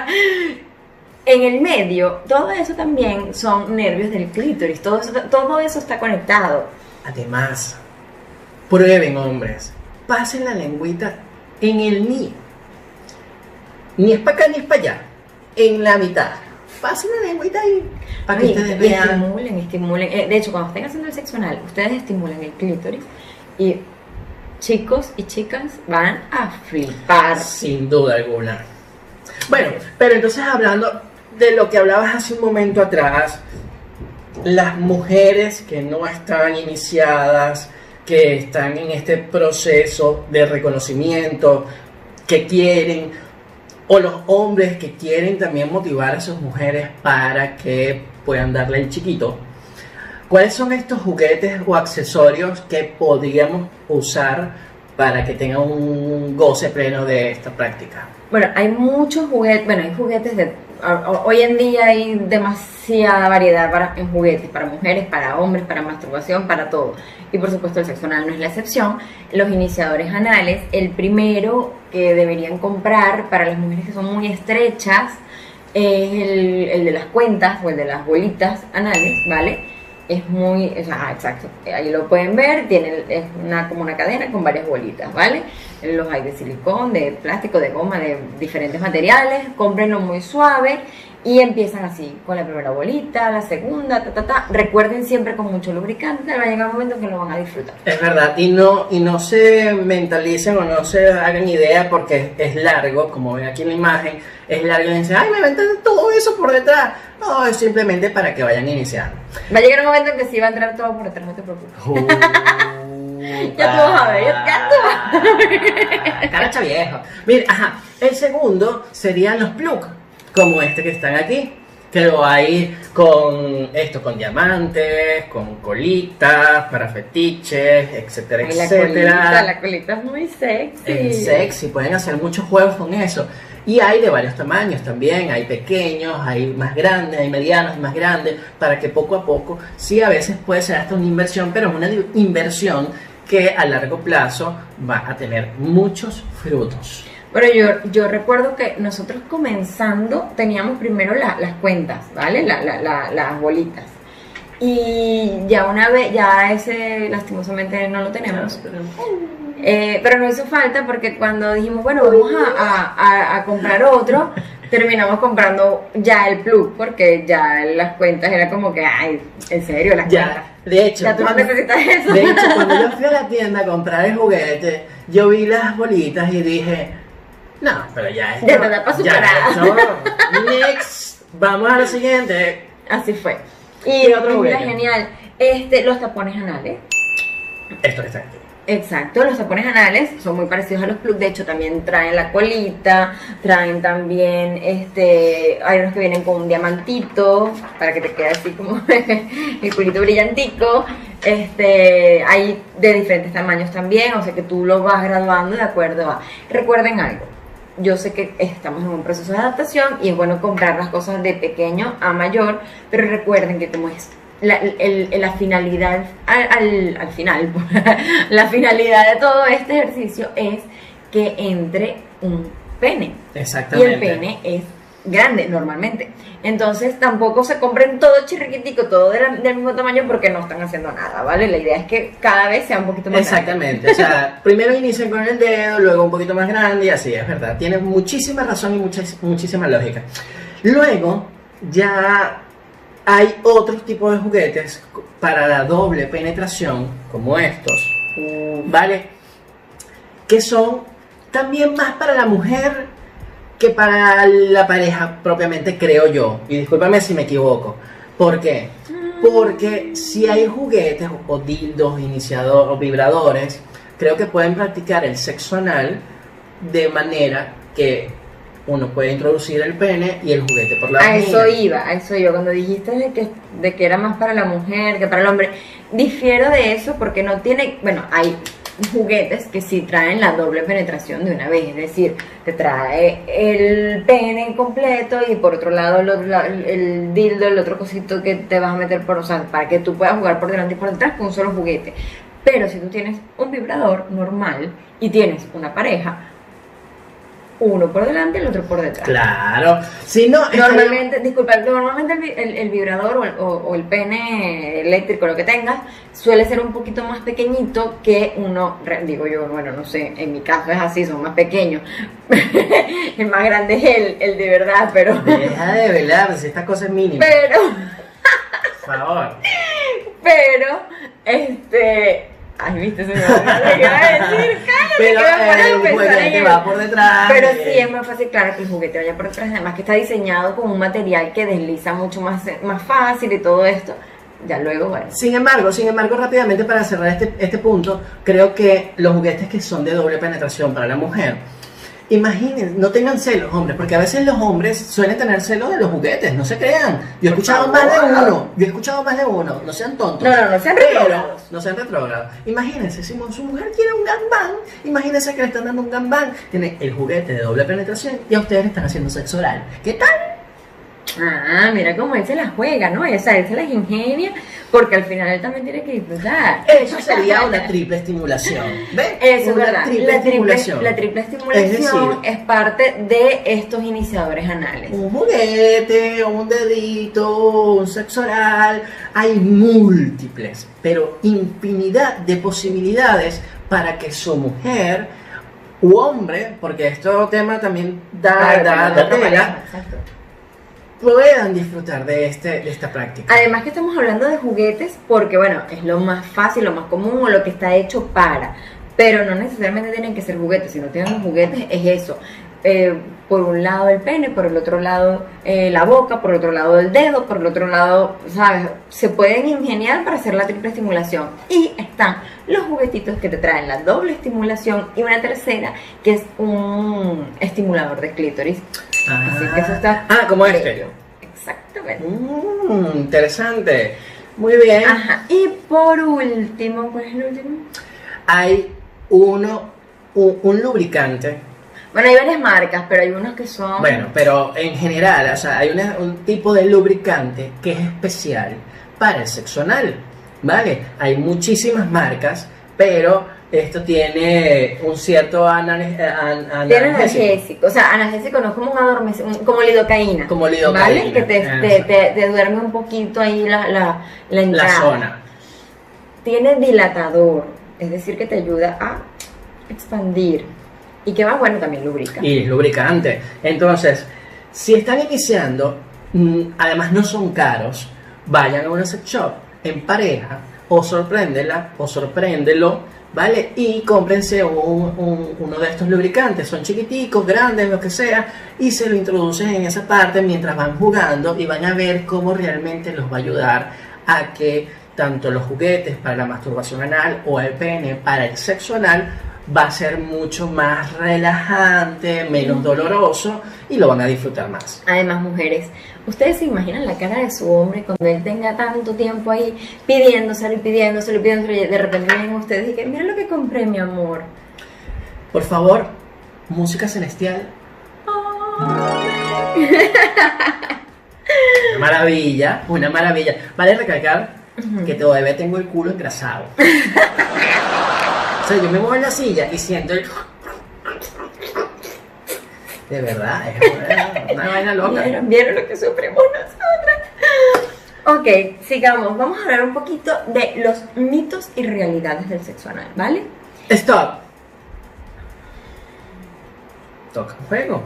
En el medio, todo eso también son nervios del clítoris. Todo eso, todo eso está conectado. Además, prueben, hombres, pasen la lengüita en el ni. Ni es para acá ni es para allá. En la mitad. Pasen la lengüita ahí. Para que Ay, ustedes y vean. estimulen, estimulen. Eh, de hecho, cuando estén haciendo el sexo anal, ustedes estimulan el clítoris y chicos y chicas van a flipar. Sin duda alguna. Bueno, pero entonces hablando de lo que hablabas hace un momento atrás, las mujeres que no están iniciadas, que están en este proceso de reconocimiento, que quieren, o los hombres que quieren también motivar a sus mujeres para que puedan darle el chiquito, ¿cuáles son estos juguetes o accesorios que podríamos usar para que tengan un goce pleno de esta práctica? Bueno, hay muchos juguetes, bueno, hay juguetes de... o- o- Hoy en día hay demasiada variedad para, en juguetes, para mujeres, para hombres, para masturbación, para todo. Y por supuesto el sexo anal no es la excepción. Los iniciadores anales, el primero que deberían comprar para las mujeres que son muy estrechas es el, el de las cuentas o el de las bolitas anales, ¿vale? Es muy, o sea, ah, exacto, ahí lo pueden ver, tiene es una, como una cadena con varias bolitas, ¿vale? Los hay de silicón, de plástico, de goma, de diferentes materiales, cómprenlo muy suave Y empiezan así, con la primera bolita, la segunda, ta, ta, ta. Recuerden siempre con mucho lubricante, va a llegar un momento en que lo van a disfrutar. Es verdad, y no, y no se mentalicen o no se hagan idea porque es largo, como ven aquí en la imagen, es largo y dicen, ay, me inventé todo eso por detrás. No, es simplemente para que vayan iniciando. Va a llegar un momento en que sí va a entrar todo por detrás, no te preocupes. Uh, Ya tú vas a ver, ya tú vas a ver. Caracha viejo. Mira, ajá, el segundo serían los plug, como este que están aquí. Que lo hay con esto, con diamantes, con colitas, para fetiches, etcétera, Ay, la etcétera. colita, la colita es muy sexy. Es sexy, pueden hacer muchos juegos con eso. Y hay de varios tamaños también, hay pequeños, hay más grandes, hay medianos y más grandes, para que poco a poco, sí, a veces puede ser hasta una inversión, pero es una di- inversión que a largo plazo va a tener muchos frutos. Bueno, yo, yo recuerdo que nosotros comenzando teníamos primero la- las cuentas, ¿vale? La- la- la- las bolitas. Y ya una vez, ya ese lastimosamente no lo tenemos. Eh, pero no hizo falta porque cuando dijimos, bueno, vamos a, a- a- a comprar otro, terminamos comprando ya el plug, porque ya las cuentas era como que, ay, en serio, las cuentas. Ya, de hecho, Ya tú no cuando- necesitas eso. de hecho, cuando yo fui a la tienda a comprar el juguete, yo vi las bolitas y dije, no, pero ya esto, Ya te da pa' ya superar. esto, next, vamos a lo siguiente. Así fue. ¿Qué Y otro mira, juguete? genial. Este, los tapones anales. Esto que está aquí. Exacto, los tapones anales son muy parecidos a los plug, de hecho también traen la colita, traen también, este, hay unos que vienen con un diamantito, para que te quede así como el culito brillantico, este, hay de diferentes tamaños también, o sea que tú lo vas graduando de acuerdo a, recuerden algo, yo sé que estamos en un proceso de adaptación y es bueno comprar las cosas de pequeño a mayor, pero recuerden que como es la, el- el- la finalidad al, al, al final, la finalidad de todo este ejercicio es que entre un pene. Y Exactamente. el pene es grande normalmente. Entonces tampoco se compren todo chirriquitico, todo de la- del mismo tamaño porque no están haciendo nada, ¿vale? La idea es que cada vez sea un poquito más grande. Exactamente, o sea, primero inician con el dedo, luego un poquito más grande y así, es verdad. Tiene muchísima razón y mucha, muchísima lógica. Luego, ya hay otros tipos de juguetes para la doble penetración, como estos, ¿vale? Que son también más para la mujer que para la pareja propiamente, creo yo. Y discúlpame si me equivoco. ¿Por qué? Porque si hay juguetes o dildos, iniciadores o vibradores, creo que pueden practicar el sexo anal de manera que uno puede introducir el pene y el juguete por la A vagina. eso iba, a eso iba. Cuando dijiste de que, de que era más para la mujer que para el hombre, difiero de eso porque no tiene, bueno, hay juguetes que sí traen la doble penetración de una vez, es decir, te trae el pene completo y por otro lado el, otro la- el dildo, el otro cosito que te vas a meter por, o sea, para que tú puedas jugar por delante y por detrás con un solo juguete. Pero si tú tienes un vibrador normal y tienes una pareja, uno por delante y el otro por detrás. Claro. Si no, estaría- Normalmente, disculpa, normalmente el, vi- el- el vibrador o el, o- o el pene eléctrico, lo que tengas, suele ser un poquito más pequeñito que uno, re- digo yo, bueno, no sé, en mi caso es así, son más pequeños. El más grande es el, el de verdad, pero... Deja de velar, si esta cosa es mínima. Pero, Por favor. pero, este... Ay, viste, se me olvidó lo que iba a decir, cállate, Pero que me pone a el pensar juguete en va eso. por detrás. Pero eh, sí es más fácil, claro, que el juguete vaya por detrás, además que está diseñado con un material que desliza mucho más, más fácil y todo esto. Ya luego, bueno. Sin embargo, sin embargo, rápidamente para cerrar este, este punto, creo que los juguetes que son de doble penetración para la mujer, imaginen, no tengan celos, hombres, porque a veces los hombres suelen tener celos de los juguetes, no se crean. Yo he Por escuchado favor. más de uno, yo he escuchado más de uno, no sean tontos. No, no, no sean Pero, retrógrados. No sean retrógrados. Imagínense, si su mujer quiere un gambán, imagínense que le están dando un gambán, tiene el juguete de doble penetración y a ustedes le están haciendo sexo oral. ¿Qué tal? Ah, mira cómo él se la juega, ¿no? O sea, él se las ingenia porque al final él también tiene que disfrutar. Eso sería una triple estimulación. ¿Ves? Eso es Una verdad. triple La triple, estimulación. la triple estimulación Es decir, es parte de estos iniciadores anales. un juguete, un dedito, un sexo oral, hay múltiples, pero infinidad de posibilidades para que su mujer u hombre, porque este tema también da, Claro, da, como da otra tela, pareja, exacto. puedan disfrutar de, este, de esta práctica. Además que estamos hablando de juguetes porque, bueno, es lo más fácil, lo más común o lo que está hecho para. Pero no necesariamente tienen que ser juguetes. Si no tienen los juguetes, es eso. Eh, por un lado el pene, por el otro lado eh, la boca, por el otro lado el dedo, por el otro lado, ¿sabes? Se pueden ingeniar para hacer la triple estimulación. Y están los juguetitos que te traen la doble estimulación y una tercera que es un estimulador de clítoris. Ah, Así que eso está ah como bello. este. Exactamente. Mm, interesante. Muy bien. Ajá. Y por último, ¿cuál es el último? Hay uno, un, un lubricante. Bueno, hay varias marcas, pero hay unos que son... Bueno, pero en general, o sea, hay una- un tipo de lubricante que es especial para el sexo anal, ¿vale? Hay muchísimas marcas, pero esto tiene un cierto anal- an- Tiene analgésico. analgésico, o sea, analgésico no es como un adormecimiento, como lidocaína. Como lidocaína, ¿Vale? Que te, eso. te, te, te duerme un poquito ahí la, la, la entrada. La zona. Tiene dilatador, es decir, que te ayuda a expandir. Y que va, bueno, también lubrica. Y es lubricante. Entonces, si están iniciando, mm, además no son caros, vayan a una sex shop en pareja, o sorpréndela, o sorpréndelo, ¿vale? Y cómprense un- un- uno de estos lubricantes, son chiquiticos, grandes, lo que sea, y se lo introducen en esa parte mientras van jugando y van a ver cómo realmente los va a ayudar a que tanto los juguetes para la masturbación anal o el pene para el sexo anal va a ser mucho más relajante, menos doloroso y lo van a disfrutar más. Además, mujeres, ustedes se imaginan la cara de su hombre cuando él tenga tanto tiempo ahí pidiéndoselo y pidiéndoselo y pidiéndoselo y de repente vienen ustedes y que mira lo que compré, mi amor. Por favor, música celestial. Una maravilla, una maravilla. Vale recalcar que todavía tengo el culo engrasado. O sea, yo me muevo en la silla y siento el... De verdad, es una, una vaina loca. ¿Vieron, ¿Vieron lo que sufrimos nosotras? Ok, sigamos. Vamos a hablar un poquito de los mitos y realidades del sexo anal, ¿vale? Stop. Toca un juego.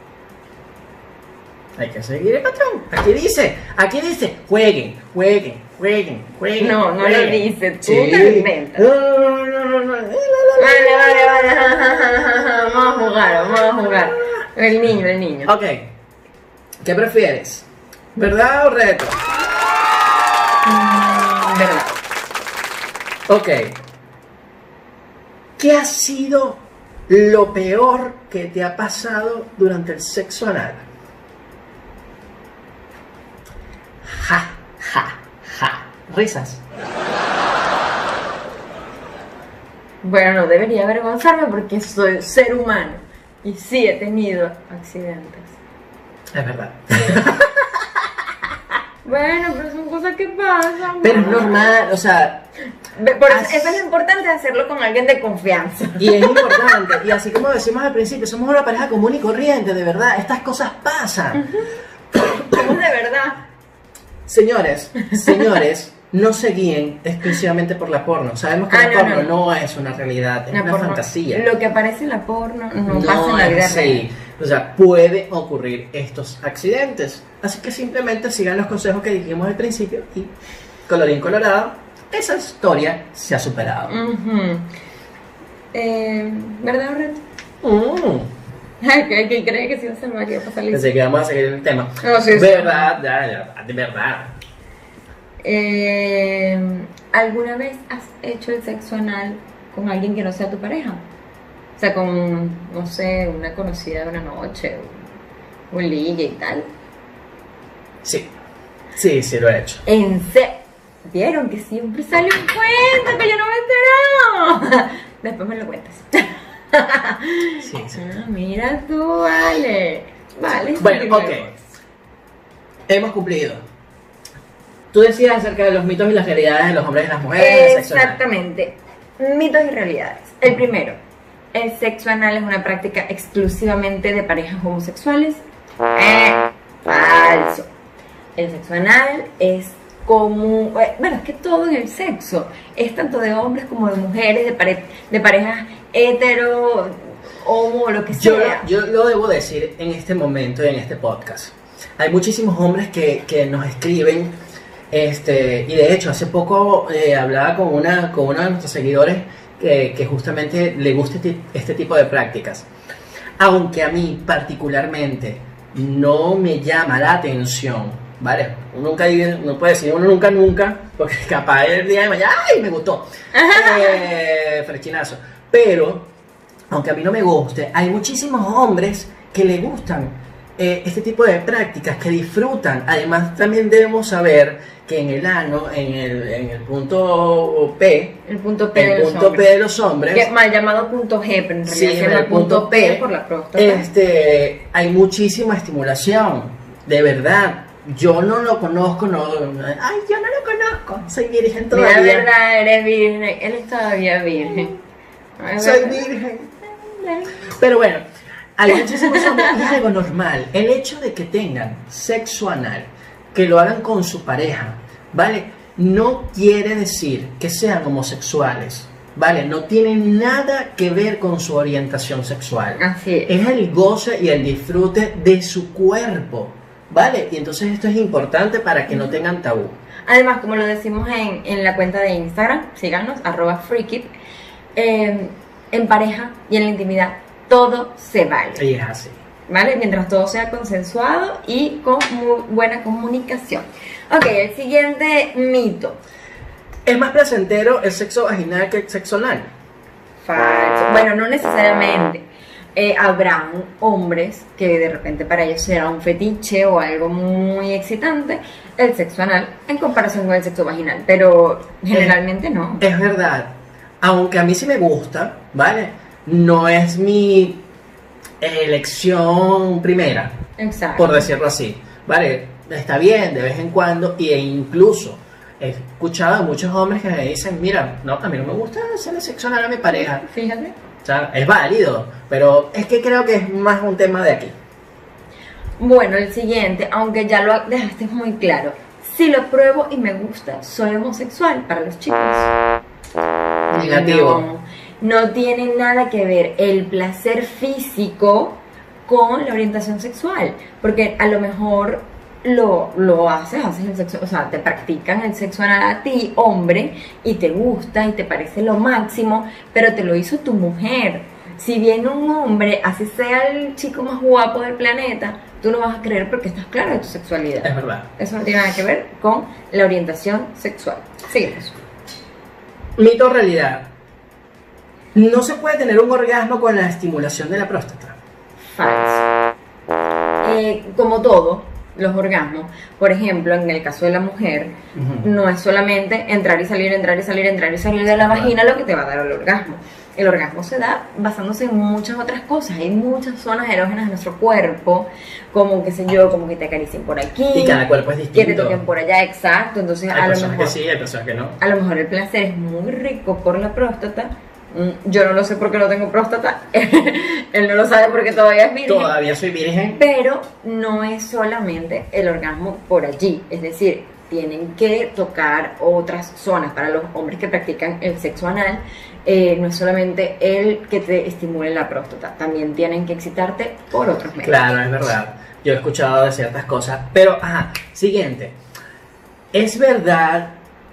Hay que seguir el patrón. Aquí dice, aquí dice, jueguen, jueguen, jueguen, jueguen. No, no lo jueguen. dice, tú Sí. te lo inventas. No, no, no, no, no. Vale, vale, vale. Vamos a jugar, vamos a jugar. El niño, el niño. Ok. ¿Qué prefieres? ¿Verdad o reto? Mm, verdad. Ok. ¿Qué ha sido lo peor que te ha pasado durante el sexo anal? Ja, ja, ja. Risas. Bueno, no debería avergonzarme porque soy ser humano y sí he tenido accidentes. Es verdad. Bueno, pero son cosas que pasan. Pero es normal, o sea, Ve- Por eso, Así- eso es lo importante, hacerlo con alguien de confianza. y es importante. Y así como decimos al principio, somos una pareja común y corriente, de verdad. Estas cosas pasan. Somos de verdad. Señores, señores, no se guíen exclusivamente por la porno. Sabemos que Ah, la no, porno no. no. es una realidad, es La una porno- fantasía. Lo que aparece en la porno no, pasa en la vida es real. así. O sea, puede ocurrir estos accidentes. Así que simplemente sigan los consejos que dijimos al principio y colorín colorado, esa historia se ha superado. Ujú. Eh, ¿Verdad o reto? Mm. Ay, que, que cree que sí va a ser mal, que va a pasar listo. Así que vamos a seguir el tema. No, sí, sí. verdad, ya, ya, de verdad. Eh, ¿Alguna vez has hecho el sexo anal con alguien que no sea tu pareja? O sea, con, no sé, una conocida de una noche, o un ligue y tal. Sí, sí, sí lo he hecho. En serio. ¿Vieron que siempre sale un cuento que yo no me he enterado? Después me lo cuentas. Sí, sí. Ah, mira tú, vale. Vale. Bueno, ok. seguimos. Hemos cumplido. Tú decías acerca de los mitos y las realidades de los hombres y las mujeres. en el sexo anal. Exactamente. Mitos y realidades. El primero, el sexo anal es una práctica exclusivamente de parejas homosexuales. Eh, falso. El sexo anal es como, eh, bueno, es que todo en el sexo es tanto de hombres como de mujeres, de, pare- de parejas hetero, homo, lo que Yo, sea. yo lo debo decir en este momento y en este podcast. hay muchísimos hombres que, que nos escriben, este, y de hecho hace poco eh, hablaba con una con uno de nuestros seguidores que, que justamente le gusta este, este tipo de prácticas. Aunque a mí particularmente no me llama la atención, ¿vale? Uno nunca dice- no puede decir uno nunca nunca, porque capaz el día de mañana, ¡ay, me gustó! Eh, frechinazo. Pero, aunque a mí no me guste, hay muchísimos hombres que le gustan eh, este tipo de prácticas, que disfrutan. Además, también debemos saber que en el ano, en el, en el punto P, El punto P de el los punto hombres. P de los hombres, Que mal llamado punto G, pero en realidad Sí, se en llama el punto punto P P, por la próstata. este, hay muchísima estimulación, de verdad. Yo no lo conozco, no, ay, yo no lo conozco, soy virgen Mira, todavía. la verdad, eres virgen. Él es todavía virgen. Ay, Soy ¿verdad? virgen. Pero bueno, hay muchísimos hombres y es algo normal. El hecho de que tengan sexo anal, que lo hagan con su pareja, ¿vale? No quiere decir que sean homosexuales, ¿vale? No tiene nada que ver con su orientación sexual. Así es. Es el goce y el disfrute de su cuerpo, ¿vale? Y entonces esto es importante para que no tengan tabú. Además, como lo decimos en, en la cuenta de Instagram, síganos, arroba freakit, eh, en pareja y en la intimidad todo se vale, Y es así. ¿vale? Mientras todo sea consensuado y con muy buena comunicación. Ok, el siguiente mito. ¿Es más placentero el sexo vaginal que el sexo anal? Falso. Bueno, no necesariamente. Eh, habrán hombres que de repente para ellos será un fetiche o algo muy excitante el sexo anal en comparación con el sexo vaginal, pero generalmente no. Es verdad, aunque a mí sí me gusta, ¿vale? No es mi elección primera, Exacto. por decirlo así, ¿vale? Está bien de vez en cuando, e incluso he escuchado a muchos hombres que me dicen, mira, no, a mí no me gusta hacerle sexo anal a mi pareja. Fíjate. O sea, es válido, pero es que creo que es más un tema de aquí. Bueno, el siguiente, aunque ya lo dejaste muy claro, si lo pruebo y me gusta, soy homosexual para los chicos. Negativo. No, no tiene nada que ver el placer físico con la orientación sexual, porque a lo mejor lo, lo haces, haces el sexo, o sea, te practican el sexo anal a ti, hombre, y te gusta y te parece lo máximo, pero te lo hizo tu mujer. Si viene un hombre, así sea el chico más guapo del planeta, tú no vas a creer porque estás claro de tu sexualidad. Es verdad. Eso no tiene nada que ver con la orientación sexual. Seguimos. Mito o realidad. No se puede tener un orgasmo con la estimulación de la próstata. Falso. Eh, como todo, los orgasmos, por ejemplo, en el caso de la mujer, Ujú. no es solamente entrar y salir, entrar y salir, entrar y salir de la vagina lo que te va a dar el orgasmo. El orgasmo se da basándose en muchas otras cosas. Hay muchas zonas erógenas de nuestro cuerpo, como, qué sé yo, como que te acaricien por aquí, Y cada cuerpo es que te distinto. toquen por allá, exacto. Entonces, Hay a lo personas mejor que sí, hay personas que no. a lo mejor el placer es muy rico por la próstata. Mm, Yo no lo sé porque no tengo próstata. Él no lo sabe porque todavía es virgen. Todavía soy virgen. Pero no es solamente el orgasmo por allí. Es decir, tienen que tocar otras zonas. Para los hombres que practican el sexo anal, eh, no es solamente el que te estimule la próstata. También tienen que excitarte por otros medios. Claro, es verdad. Yo he escuchado de ciertas cosas. Pero, ajá, siguiente. Es verdad.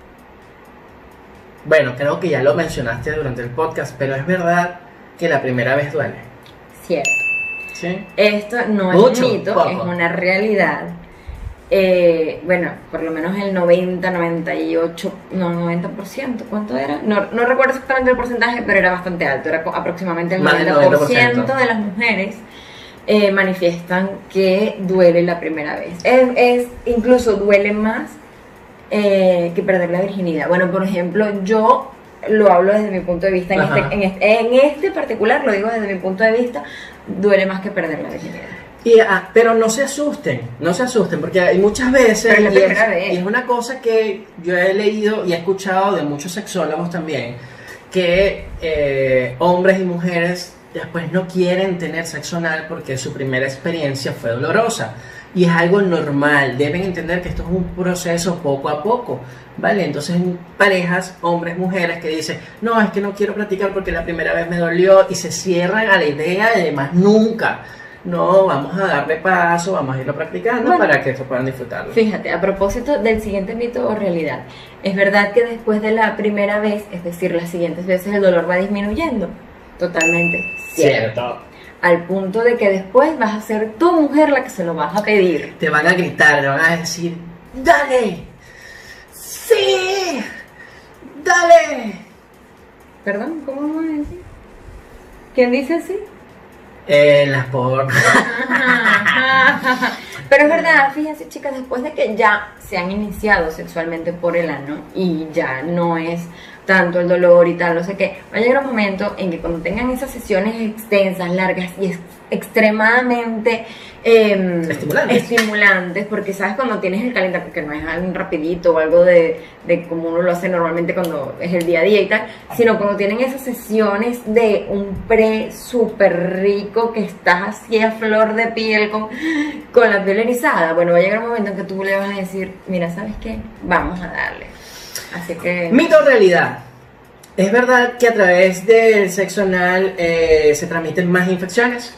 Bueno, creo que ya lo mencionaste durante el podcast, pero es verdad que la primera vez duele. Cierto. ¿Sí? Esto no Mucho, es un mito, poco. es una realidad. Eh, bueno, por lo menos el noventa, noventa y ocho, no, noventa por ciento, ¿cuánto era? No, no recuerdo exactamente el porcentaje, pero era bastante alto, era co- aproximadamente el Más del noventa por ciento noventa por ciento de las mujeres eh, manifiestan que duele la primera vez. Es, es- incluso duele más eh, que perder la virginidad. Bueno, por ejemplo, yo lo hablo desde mi punto de vista, en Ajá. este, en, este, en este particular, lo digo desde mi punto de vista, duele más que perder la virginidad. Y, ah, pero no se asusten, no se asusten, porque hay muchas veces, Pero es la y, es, primera vez. y es una cosa que yo he leído y he escuchado de muchos sexólogos también, que eh, hombres y mujeres después no quieren tener sexo anal porque su primera experiencia fue dolorosa. Y es algo normal, deben entender que esto es un proceso poco a poco, ¿vale? Entonces parejas, hombres, mujeres que dicen, no, es que no quiero practicar porque la primera vez me dolió y se cierran a la idea de más nunca. No, vamos a darle paso, vamos a irlo practicando Bueno, para que esto puedan disfrutarlo. Fíjate, a propósito del siguiente mito o realidad, es verdad que después de la primera vez, es decir, las siguientes veces el dolor va disminuyendo. Totalmente cierto. Cierto. Al punto de que después vas a ser tu mujer la que se lo vas a pedir. Te van a gritar, te van a decir, ¡dale! ¡Sí! ¡Dale! ¿Perdón? ¿Cómo vamos a decir? ¿Quién dice así? Eh, las por... Pero es verdad, fíjense chicas, después de que ya se han iniciado sexualmente por el ano y ya no es tanto el dolor y tal, no sé qué, va a llegar un momento en que cuando tengan esas sesiones extensas, largas y ex extremadamente eh, Estimulantes. estimulantes, porque sabes cuando tienes el calentamiento, que no es algo rapidito o algo de, de como uno lo hace normalmente cuando es el día a día y tal, sino cuando tienen esas sesiones de un pre súper rico que estás así a flor de piel con, con la piel erizada, bueno, va a llegar un momento en que tú le vas a decir, mira, ¿sabes qué? Vamos a darle. Así que... Mito o realidad. ¿Es verdad que a través del sexo anal eh, se transmiten más infecciones?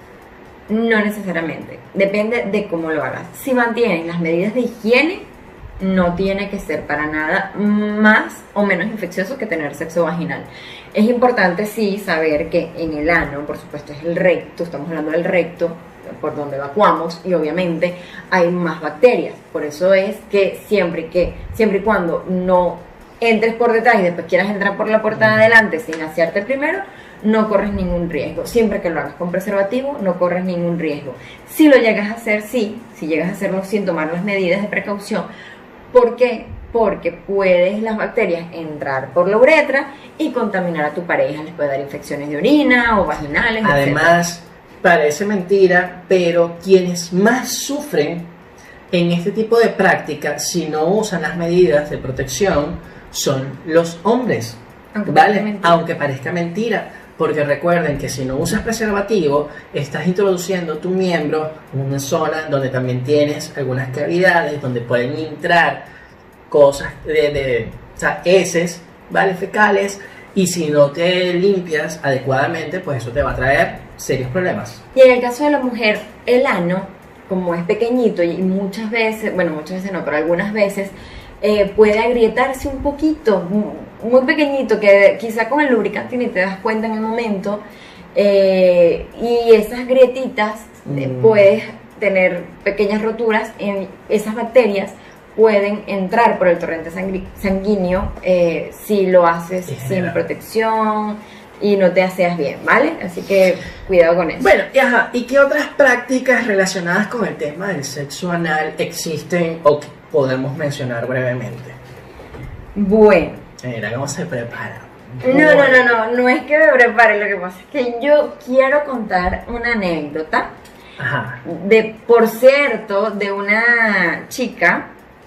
No necesariamente, depende de cómo lo hagas. Si mantienes las medidas de higiene, no tiene que ser para nada más o menos infeccioso que tener sexo vaginal. Es importante sí saber que en el ano, por supuesto es el recto, estamos hablando del recto, por donde evacuamos, y obviamente hay más bacterias. Por eso es que siempre que siempre y cuando no entres por detrás y después quieras entrar por la puerta de adelante sin asearte primero, no corres ningún riesgo. Siempre que lo hagas con preservativo, no corres ningún riesgo. Si lo llegas a hacer, sí, si llegas a hacerlo sin tomar las medidas de precaución. ¿Por qué? Porque puedes las bacterias entrar por la uretra y contaminar a tu pareja. Les puede dar infecciones de orina o vaginales, Además, etcétera. parece mentira, pero quienes más sufren en este tipo de prácticas, si no usan las medidas de protección, son los hombres. Aunque ¿Vale? parezca mentira. Aunque parezca mentira. Porque recuerden que si no usas preservativo, estás introduciendo tu miembro en una zona donde también tienes algunas cavidades, donde pueden entrar cosas de, de o sea, heces, ¿vale? Fecales, y si no te limpias adecuadamente, pues eso te va a traer serios problemas. Y en el caso de la mujer, el ano, como es pequeñito y muchas veces, bueno, muchas veces no, pero algunas veces eh, puede agrietarse un poquito, muy pequeñito, que quizá con el lubricante ni te das cuenta en el momento, eh, y esas grietitas eh, Mm. puedes tener pequeñas roturas, en esas bacterias pueden entrar por el torrente sangri- sanguíneo eh, si lo haces Y sin generar. protección y no te aseas bien, ¿vale? Así que cuidado con eso. Bueno, y, ajá, ¿y qué otras prácticas relacionadas con el tema del sexo anal existen o que podemos mencionar brevemente? Bueno, Mira cómo se prepara. no, no, no, no, no es que me prepare, lo que pasa es que yo quiero contar una anécdota Ajá. de, por cierto, de una chica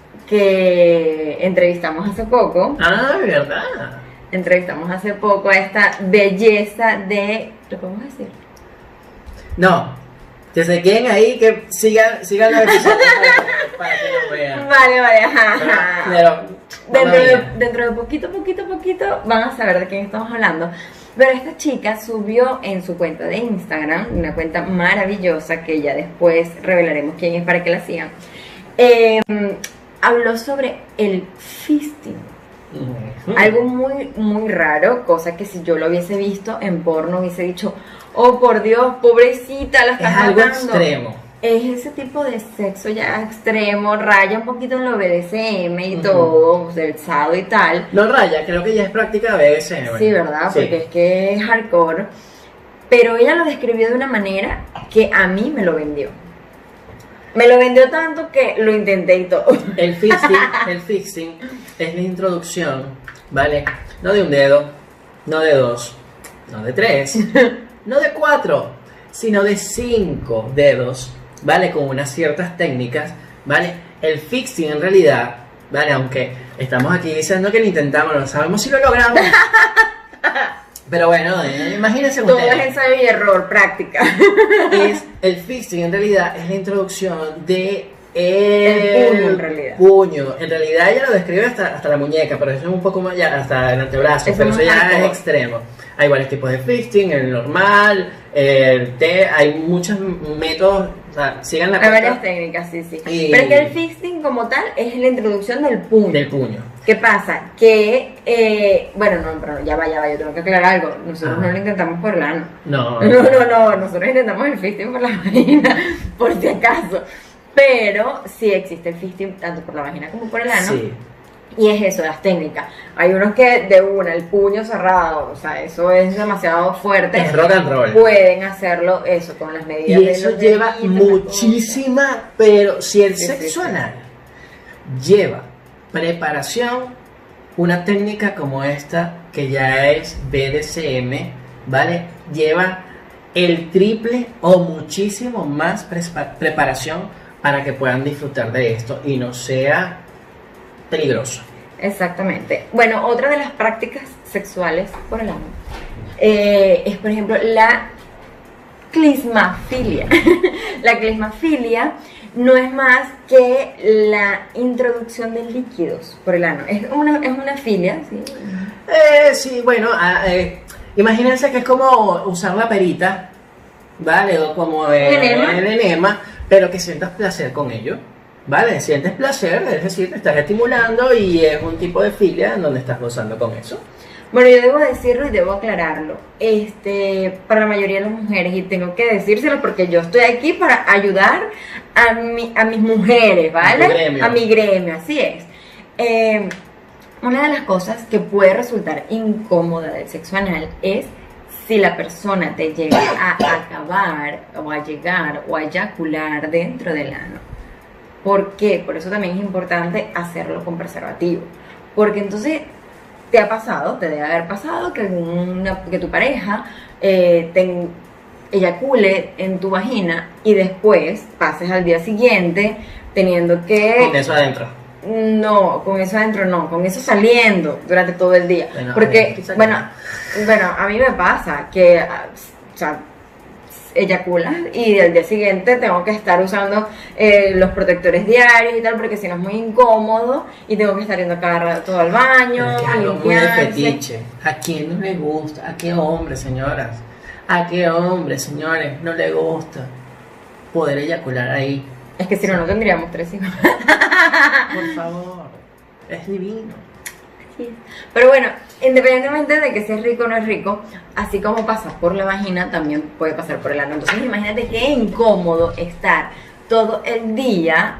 que entrevistamos hace poco, Ah, ¿verdad? entrevistamos hace poco a esta belleza de, ¿lo podemos decir? No, que se queden ahí, que sigan, sigan los episodios para, para que lo vean. Vale, vale, ajá, ajá. Pero, Dentro mamá de, mía. dentro de poquito, poquito, poquito van a saber de quién estamos hablando. Pero esta chica subió en su cuenta de Instagram, una cuenta maravillosa que ya después revelaremos quién es para que la sigan. Eh, habló sobre el fisting. Ujú. Algo muy, muy raro, cosa que si yo lo hubiese visto en porno hubiese dicho, oh por Dios, pobrecita, la Es están algo matando. extremo. Es ese tipo de sexo ya extremo, raya un poquito en lo B D S M y Ujú. todo, del sado y tal. No raya, creo que ya es práctica B D S M. Sí, ¿verdad? Sí. Porque es que es hardcore. Pero ella lo describió de una manera que a mí me lo vendió. Me lo vendió tanto que lo intenté y todo. El fisting, el fisting es la introducción, ¿vale? No de un dedo, no de dos, no de tres, no de cuatro, sino de cinco dedos, ¿vale? Con unas ciertas técnicas, ¿vale? El fisting en realidad, ¿vale? Aunque estamos aquí diciendo que lo intentamos, no sabemos si lo logramos. Pero bueno, eh, imagínense Todo ustedes. es ensayo y error, práctica. Es el fisting en realidad es la introducción de El puño, en realidad. puño. En realidad ella lo describe hasta, hasta la muñeca, pero eso es un poco más ya, hasta el antebrazo, Eso pero es eso ya hardcore. es extremo. Hay varios tipos de fisting, el normal, el té, hay muchos métodos, o sea, sigan la Hay varias pauta técnicas, sí, sí. Y- Pero es que el fisting como tal es la introducción del puño. del puño. ¿Qué pasa? Que, eh, bueno, no, pero ya va, ya va, yo tengo que aclarar algo. Nosotros Ajá. no lo intentamos por el ano. No, No, no, no, nosotros intentamos el fisting por la vagina, por si acaso. Pero sí existe el fisting tanto por la vagina como por el ano. sí. Y es eso, las técnicas. Hay unos que de una, el puño cerrado, o sea, eso es demasiado fuerte. Es rock and roll. Pueden hacerlo eso con las medidas. Y de eso los lleva deditos, las cosas. muchísima, pero si el Sí, sí, sexo sí. anal lleva preparación, una técnica como esta, que ya es B D S M, ¿vale? Lleva el triple o muchísimo más prespa- preparación para que puedan disfrutar de esto y no sea peligroso. Exactamente. Bueno, otra de las prácticas sexuales por el ano eh, es, por ejemplo, la clismafilia. La clismafilia no es más que la introducción de líquidos por el ano. Es una, es una filia, ¿sí? Eh, sí, bueno, ah, eh, imagínense que es como usar la perita, ¿vale? O como eh, Enema. el enema, pero que sientas placer con ello, ¿vale? Sientes placer, es decir, te estás estimulando y es un tipo de filia en donde estás gozando con eso. Bueno, yo debo decirlo y debo aclararlo. Este, para la mayoría de las mujeres, y tengo que decírselo porque yo estoy aquí para ayudar a, mi, a mis mujeres, ¿vale? A tu gremio. A mi gremio, así es. Eh, una de las cosas que puede resultar incómoda del sexo anal es si la persona te llega a acabar o a llegar o a eyacular dentro del ano. ¿Por qué? Por eso también es importante hacerlo con preservativo. Porque entonces te ha pasado, te debe haber pasado que, una, que tu pareja eh, te eyacule en tu vagina y después pases al día siguiente teniendo que... Con eso adentro. No, con eso adentro no, con eso saliendo durante todo el día. Bueno, Porque, quizá bueno, bueno, a mí me pasa que, ah, o sea, eyaculas y al día siguiente tengo que estar usando eh, los protectores diarios y tal, porque si no es muy incómodo y tengo que estar yendo cada rato al baño, Pero es que es algo muy de limpiarse. fetiche. ¿A quién no le gusta? ¿A qué hombre, señoras? ¿A qué hombre, señores, no le gusta poder eyacular ahí? Es que si no, no tendríamos tres hijos. Por favor, es divino. Pero bueno, independientemente de que sea rico o no es rico, así como pasa por la vagina, también puede pasar por el ano. Entonces imagínate qué incómodo estar todo el día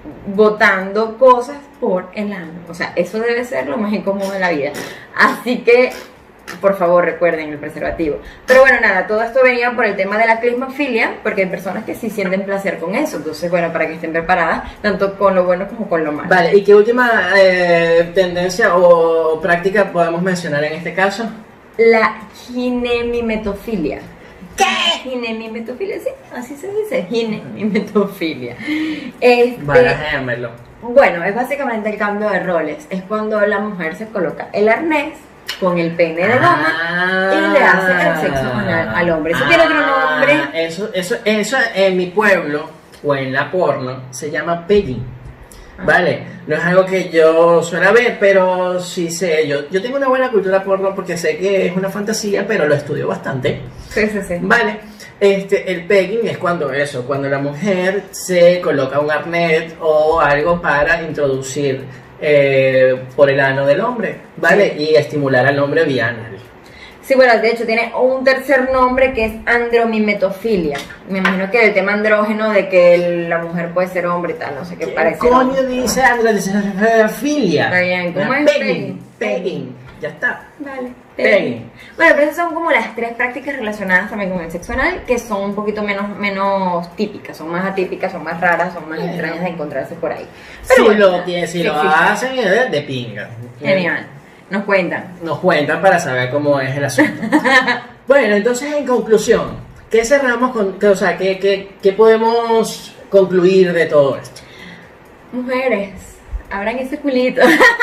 botando cosas por el ano. O sea, eso debe ser lo más incómodo de la vida. Así que, por favor, recuerden el preservativo. Pero bueno, nada, todo esto venía por el tema de la clismafilia, porque hay personas que sí sienten placer con eso. Entonces, bueno, para que estén preparadas, tanto con lo bueno como con lo malo. Vale, ¿y qué última eh, tendencia o práctica podemos mencionar en este caso? La ginemimetofilia. ¿Qué? Ginemimetofilia, sí, así se dice, ginemimetofilia. Este, Barajéamelo. bueno, es básicamente el cambio de roles. Es cuando la mujer se coloca el arnés con el pene de goma Ah. y le hace el sexo anal al hombre. Eso tiene otro nombre. Eso, eso, eso en mi pueblo o en la porno se llama pegging. Ah. Vale, no es algo que yo suelo ver, pero sí sé. Yo, yo tengo una buena cultura porno porque sé que es una fantasía, pero lo estudio bastante. Sí, sí, sí. Vale, este, el pegging es cuando eso, cuando la mujer se coloca un arnés o algo para introducir eh, por el ano del hombre, ¿vale? Sí. Y estimular al hombre vía anal. Sí, bueno, de hecho tiene un tercer nombre que es andromimetofilia. Me imagino que el tema andrógeno de que la mujer puede ser hombre y tal, no sé qué ¿Qué parece. coño dice androfilia? Está bien, ¿cómo es Pegging, pegging? pegging, ya está. Vale. Pegging. Bueno, pero esas son como las tres prácticas relacionadas también con el sexo anal, que son un poquito menos, menos típicas, son más atípicas, son más raras, son más Bueno. extrañas de encontrarse por ahí. Si Pero bueno, lo, tiene- si sí lo existe. hacen es de, de pinga. Genial. Nos cuentan. Nos cuentan para saber cómo es el asunto. Bueno, entonces en conclusión, ¿qué cerramos con, o sea, qué, qué, qué podemos concluir de todo esto? Mujeres, abran ese culito.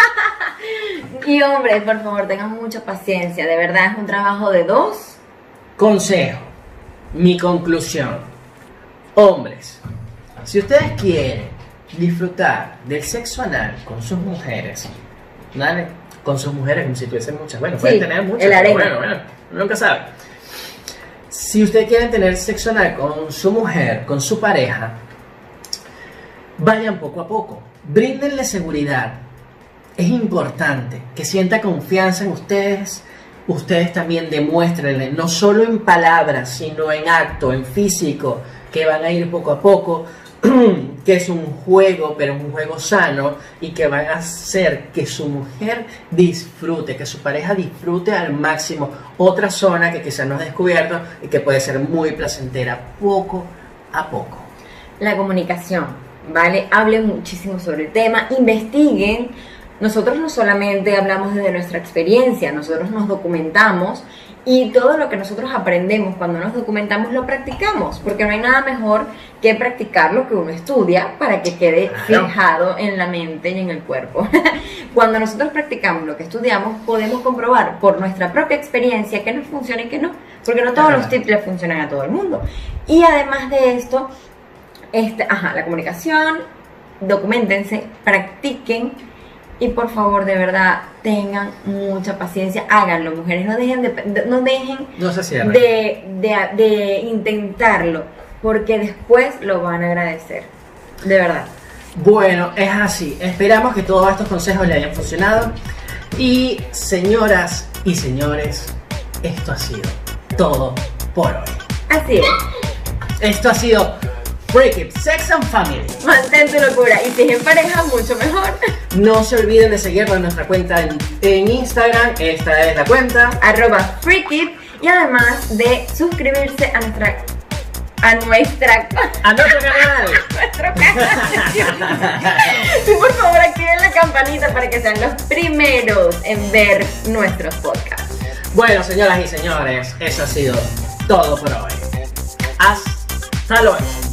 Y hombres, por favor, tengan mucha paciencia. De verdad, es un trabajo de dos. Consejo, mi conclusión. Hombres, si ustedes quieren disfrutar del sexo anal con sus mujeres, ¿vale? Con sus mujeres, como si tuviesen muchas. Bueno, pueden Sí, tener muchas, el pero arena. bueno, bueno, uno nunca sabe. Si ustedes quieren tener sexo anal con su mujer, con su pareja, vayan poco a poco. Bríndenle seguridad. Es importante que sienta confianza en ustedes. Ustedes también demuéstrenle, no solo en palabras, sino en acto, en físico, que van a ir poco a poco, que es un juego, pero un juego sano, y que van a hacer que su mujer disfrute, que su pareja disfrute al máximo otra zona que quizás no has descubierto y que puede ser muy placentera, poco a poco. La comunicación, ¿vale? Hablen muchísimo sobre el tema, investiguen. Nosotros no solamente hablamos desde nuestra experiencia, nosotros nos documentamos y todo lo que nosotros aprendemos cuando nos documentamos lo practicamos, porque no hay nada mejor que practicar lo que uno estudia para que quede Claro. fijado en la mente y en el cuerpo. Cuando nosotros practicamos lo que estudiamos, podemos comprobar por nuestra propia experiencia que nos funciona y que no, porque no todos Ajá. los tips le funcionan a todo el mundo. Y además de esto, este, ajá, la comunicación, documentense, practiquen. Y por favor, de verdad, tengan mucha paciencia, háganlo, mujeres, no dejen de, de- no dejen No se cierren. de, de, de intentarlo, porque después lo van a agradecer, de verdad. Bueno, es así. Esperamos que todos estos consejos le hayan funcionado. Y señoras y señores, esto ha sido todo por hoy. Así es, Esto ha sido Freak It, Sex and Family. mantén tu locura, y si es en pareja, mucho mejor. No se olviden de seguirnos en nuestra cuenta en, en Instagram. Esta es la cuenta. Arroba Freakit, y además de suscribirse a nuestra, a nuestra, A nuestro canal. nuestro canal. Y por favor, activen la campanita para que sean los primeros en ver nuestros podcasts. Bueno, señoras y señores, eso ha sido todo por hoy. Hasta luego.